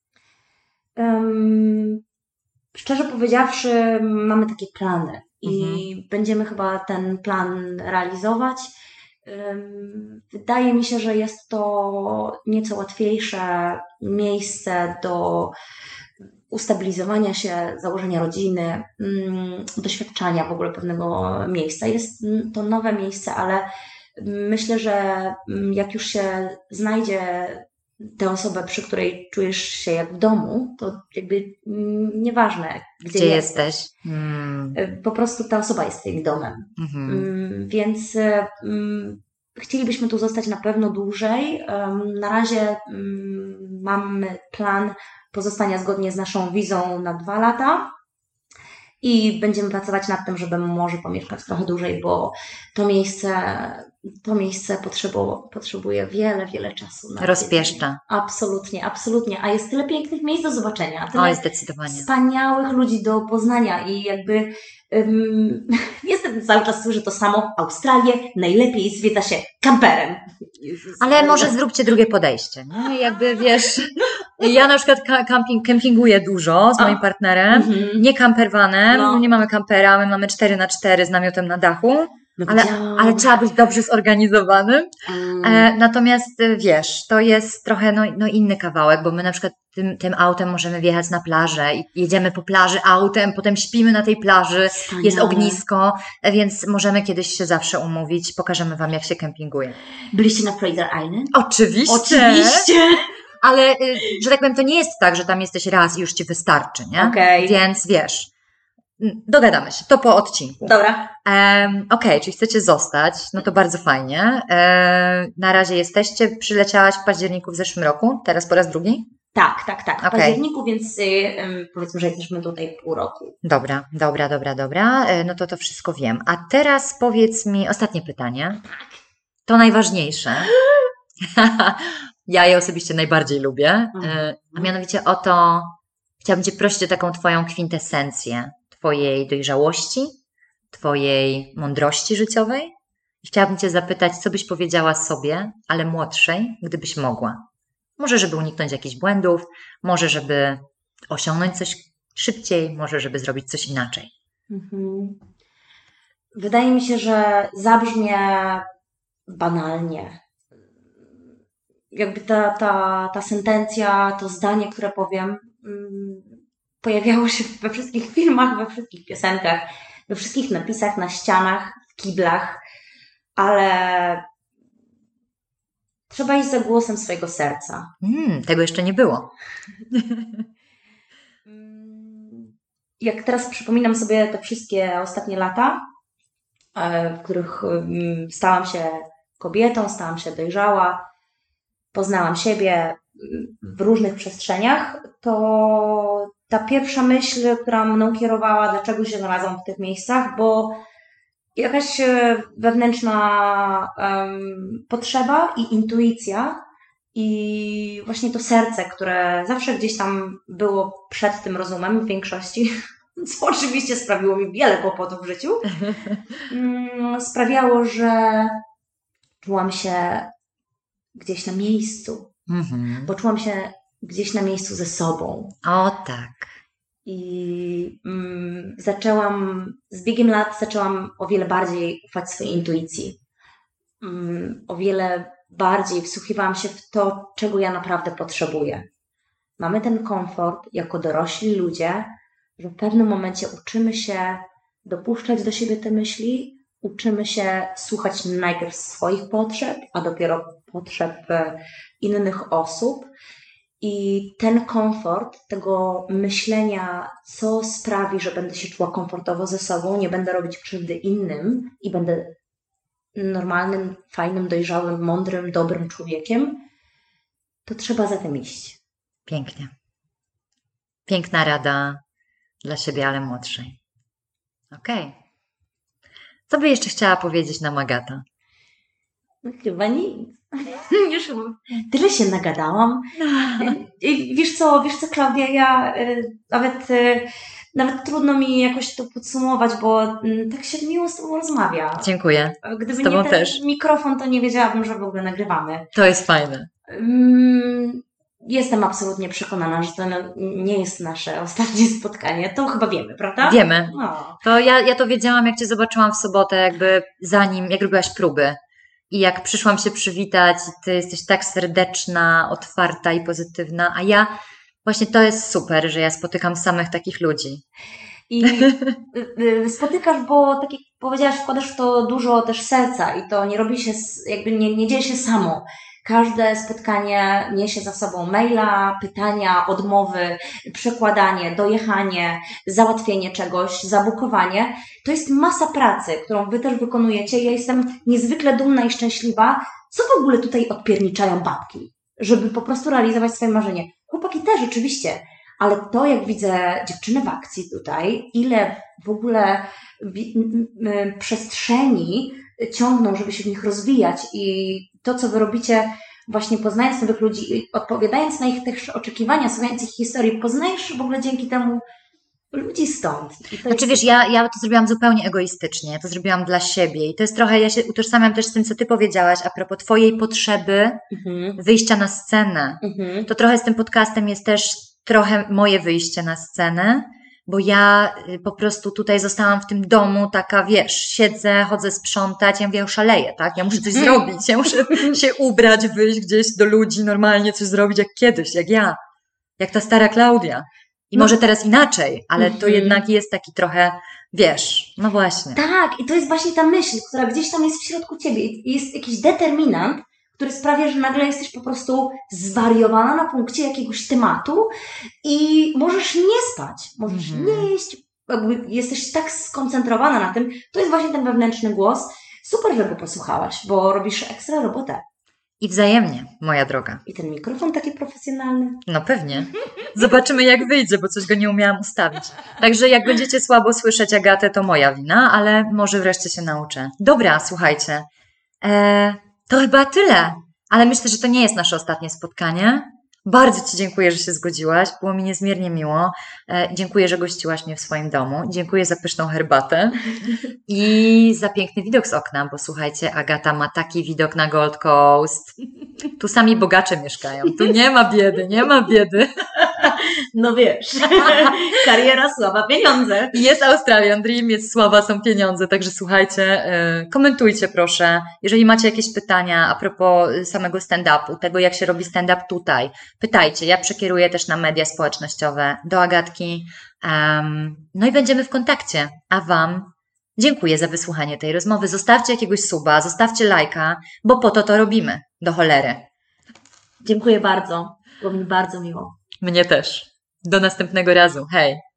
Szczerze powiedziawszy, mamy takie plany i będziemy chyba ten plan realizować. Wydaje mi się, że jest to nieco łatwiejsze miejsce do ustabilizowania się, założenia rodziny, doświadczania w ogóle pewnego miejsca. Jest to nowe miejsce, ale myślę, że jak już się znajdzie tę osobę, przy której czujesz się jak w domu, to jakby nieważne, gdzie jesteś. Po prostu ta osoba jest twoim domem. Więc chcielibyśmy tu zostać na pewno dłużej. Na razie mamy plan pozostania zgodnie z naszą wizą na 2 lata i będziemy pracować nad tym, żeby może pomieszkać trochę dłużej, bo to miejsce to miejsce potrzebuje wiele czasu. Rozpieszcza. Absolutnie, absolutnie. A jest tyle pięknych miejsc do zobaczenia. Tyle Oj, zdecydowanie. wspaniałych ludzi do poznania i jakby niestety cały czas słyszę to samo. Australię najlepiej zwiedza się kamperem. Ale może zróbcie drugie podejście, nie? Jakby wiesz, ja na przykład kempinguję dużo z moim partnerem, nie campervanem, nie mamy kampera, my mamy 4x4 z namiotem na dachu, ale trzeba być dobrze zorganizowanym. Natomiast wiesz, to jest trochę no inny kawałek, bo my na przykład tym autem możemy wjechać na plażę i jedziemy po plaży autem, potem śpimy na tej plaży, jest ognisko, więc możemy kiedyś się zawsze umówić, pokażemy Wam, jak się kempinguje. Byliście na Fraser Island? Oczywiście! Ale, że tak powiem, to nie jest tak, że tam jesteś raz i już Ci wystarczy, nie? Okay. Więc wiesz, dogadamy się, to po odcinku. Dobra. Okej, czyli chcecie zostać, no to bardzo fajnie. Na razie jesteście, przyleciałaś w październiku w zeszłym roku, teraz po raz drugi? Tak. W październiku, więc powiedzmy, że jesteśmy tutaj pół roku. Dobra. No to wszystko wiem. A teraz powiedz mi ostatnie pytanie. To najważniejsze. Ja je osobiście najbardziej lubię. A mianowicie o to, chciałabym Cię prosić o taką Twoją kwintesencję Twojej dojrzałości, Twojej mądrości życiowej. I chciałabym Cię zapytać, co byś powiedziała sobie, ale młodszej, gdybyś mogła. Może, żeby uniknąć jakichś błędów, może, żeby osiągnąć coś szybciej, może, żeby zrobić coś inaczej. Wydaje mi się, że zabrzmie banalnie. Jakby ta sentencja, to zdanie, które powiem, pojawiało się we wszystkich filmach, we wszystkich piosenkach, we wszystkich napisach na ścianach, w kiblach, ale trzeba iść za głosem swojego serca. Tego jeszcze nie było. Jak teraz przypominam sobie te wszystkie ostatnie lata, w których stałam się kobietą, stałam się dojrzała, poznałam siebie w różnych przestrzeniach, to ta pierwsza myśl, która mną kierowała, dlaczego się znalazłam w tych miejscach, bo jakaś wewnętrzna potrzeba i intuicja i właśnie to serce, które zawsze gdzieś tam było przed tym rozumem w większości, co oczywiście sprawiło mi wiele kłopotów w życiu, sprawiało, że czułam się gdzieś na miejscu. Poczułam się gdzieś na miejscu ze sobą. O tak. I z biegiem lat zaczęłam o wiele bardziej ufać swojej intuicji. O wiele bardziej wsłuchiwałam się w to, czego ja naprawdę potrzebuję. Mamy ten komfort jako dorośli ludzie, że w pewnym momencie uczymy się dopuszczać do siebie te myśli, uczymy się słuchać najpierw swoich potrzeb, a dopiero potrzeb innych osób. I ten komfort tego myślenia, co sprawi, że będę się czuła komfortowo ze sobą, nie będę robić krzywdy innym i będę normalnym, fajnym, dojrzałym, mądrym, dobrym człowiekiem, to trzeba za tym iść. Pięknie. Piękna rada dla siebie, ale młodszej. Okej. Co by jeszcze chciała powiedzieć nam Agata? Chyba nic. Już tyle się nagadałam. I wiesz co, Klaudia, ja nawet trudno mi jakoś to podsumować, bo tak się miło z Tobą rozmawia. Dziękuję. Gdyby z Tobą nie ten też. mikrofon, to nie wiedziałabym, że w ogóle nagrywamy. To jest fajne. Jestem absolutnie przekonana, że to nie jest nasze ostatnie spotkanie. To chyba wiemy, prawda? Wiemy. No. To ja to wiedziałam, jak Cię zobaczyłam w sobotę, jakby jak robiłaś próby. I jak przyszłam się przywitać, Ty jesteś tak serdeczna, otwarta i pozytywna, a ja właśnie to jest super, że ja spotykam samych takich ludzi. I spotykasz, bo tak jak powiedziałaś, wkładasz w to dużo też serca i to nie robi się, jakby nie dzieje się samo. Każde spotkanie niesie za sobą maila, pytania, odmowy, przekładanie, dojechanie, załatwienie czegoś, zabukowanie. To jest masa pracy, którą Wy też wykonujecie. Ja jestem niezwykle dumna i szczęśliwa. Co w ogóle tutaj odpierniczają babki? Żeby po prostu realizować swoje marzenie. Chłopaki też oczywiście, ale to jak widzę dziewczyny w akcji tutaj, ile w ogóle przestrzeni ciągną, żeby się w nich rozwijać i to, co wy robicie, właśnie poznając nowych ludzi i odpowiadając na ich też oczekiwania, słuchając ich historii, poznajesz w ogóle dzięki temu ludzi stąd. I to Znaczy jest wiesz, ja to zrobiłam zupełnie egoistycznie, ja to zrobiłam dla siebie i to jest trochę, ja się utożsamiam też z tym, co ty powiedziałaś a propos twojej potrzeby wyjścia na scenę. To trochę z tym podcastem jest też trochę moje wyjście na scenę, bo ja po prostu tutaj zostałam w tym domu taka, wiesz, siedzę, chodzę sprzątać, ja mówię, ja szaleję, tak? Ja muszę coś zrobić, ja muszę się ubrać, wyjść gdzieś do ludzi, normalnie coś zrobić jak kiedyś, jak ja, jak ta stara Klaudia. I może teraz inaczej, ale to jednak jest taki trochę, wiesz, no właśnie. Tak, i to jest właśnie ta myśl, która gdzieś tam jest w środku ciebie. Jest jakiś determinant, który sprawia, że nagle jesteś po prostu zwariowana na punkcie jakiegoś tematu i możesz nie spać, możesz nie jeść, jakby jesteś tak skoncentrowana na tym. To jest właśnie ten wewnętrzny głos. Super, że go posłuchałaś, bo robisz ekstra robotę. I wzajemnie, moja droga. I ten mikrofon taki profesjonalny. No pewnie. Zobaczymy jak wyjdzie, bo coś go nie umiałam ustawić. Także jak będziecie słabo słyszeć Agatę, to moja wina, ale może wreszcie się nauczę. Dobra, słuchajcie. To chyba tyle. Ale myślę, że to nie jest nasze ostatnie spotkanie. Bardzo ci dziękuję, że się zgodziłaś. Było mi niezmiernie miło. Dziękuję, że gościłaś mnie w swoim domu. Dziękuję za pyszną herbatę i za piękny widok z okna, bo słuchajcie, Agata ma taki widok na Gold Coast. Tu sami bogacze mieszkają. Tu nie ma biedy, nie ma biedy. No wiesz, kariera, sława, pieniądze. Jest Australian Dream, jest sława, są pieniądze, także słuchajcie, komentujcie proszę. Jeżeli macie jakieś pytania a propos samego stand-upu, tego jak się robi stand-up tutaj, pytajcie. Ja przekieruję też na media społecznościowe do Agatki. No i będziemy w kontakcie. A Wam dziękuję za wysłuchanie tej rozmowy. Zostawcie jakiegoś suba, zostawcie lajka, bo po to robimy. Do cholery. Dziękuję bardzo. Było mi bardzo miło. Mnie też. Do następnego razu. Hej!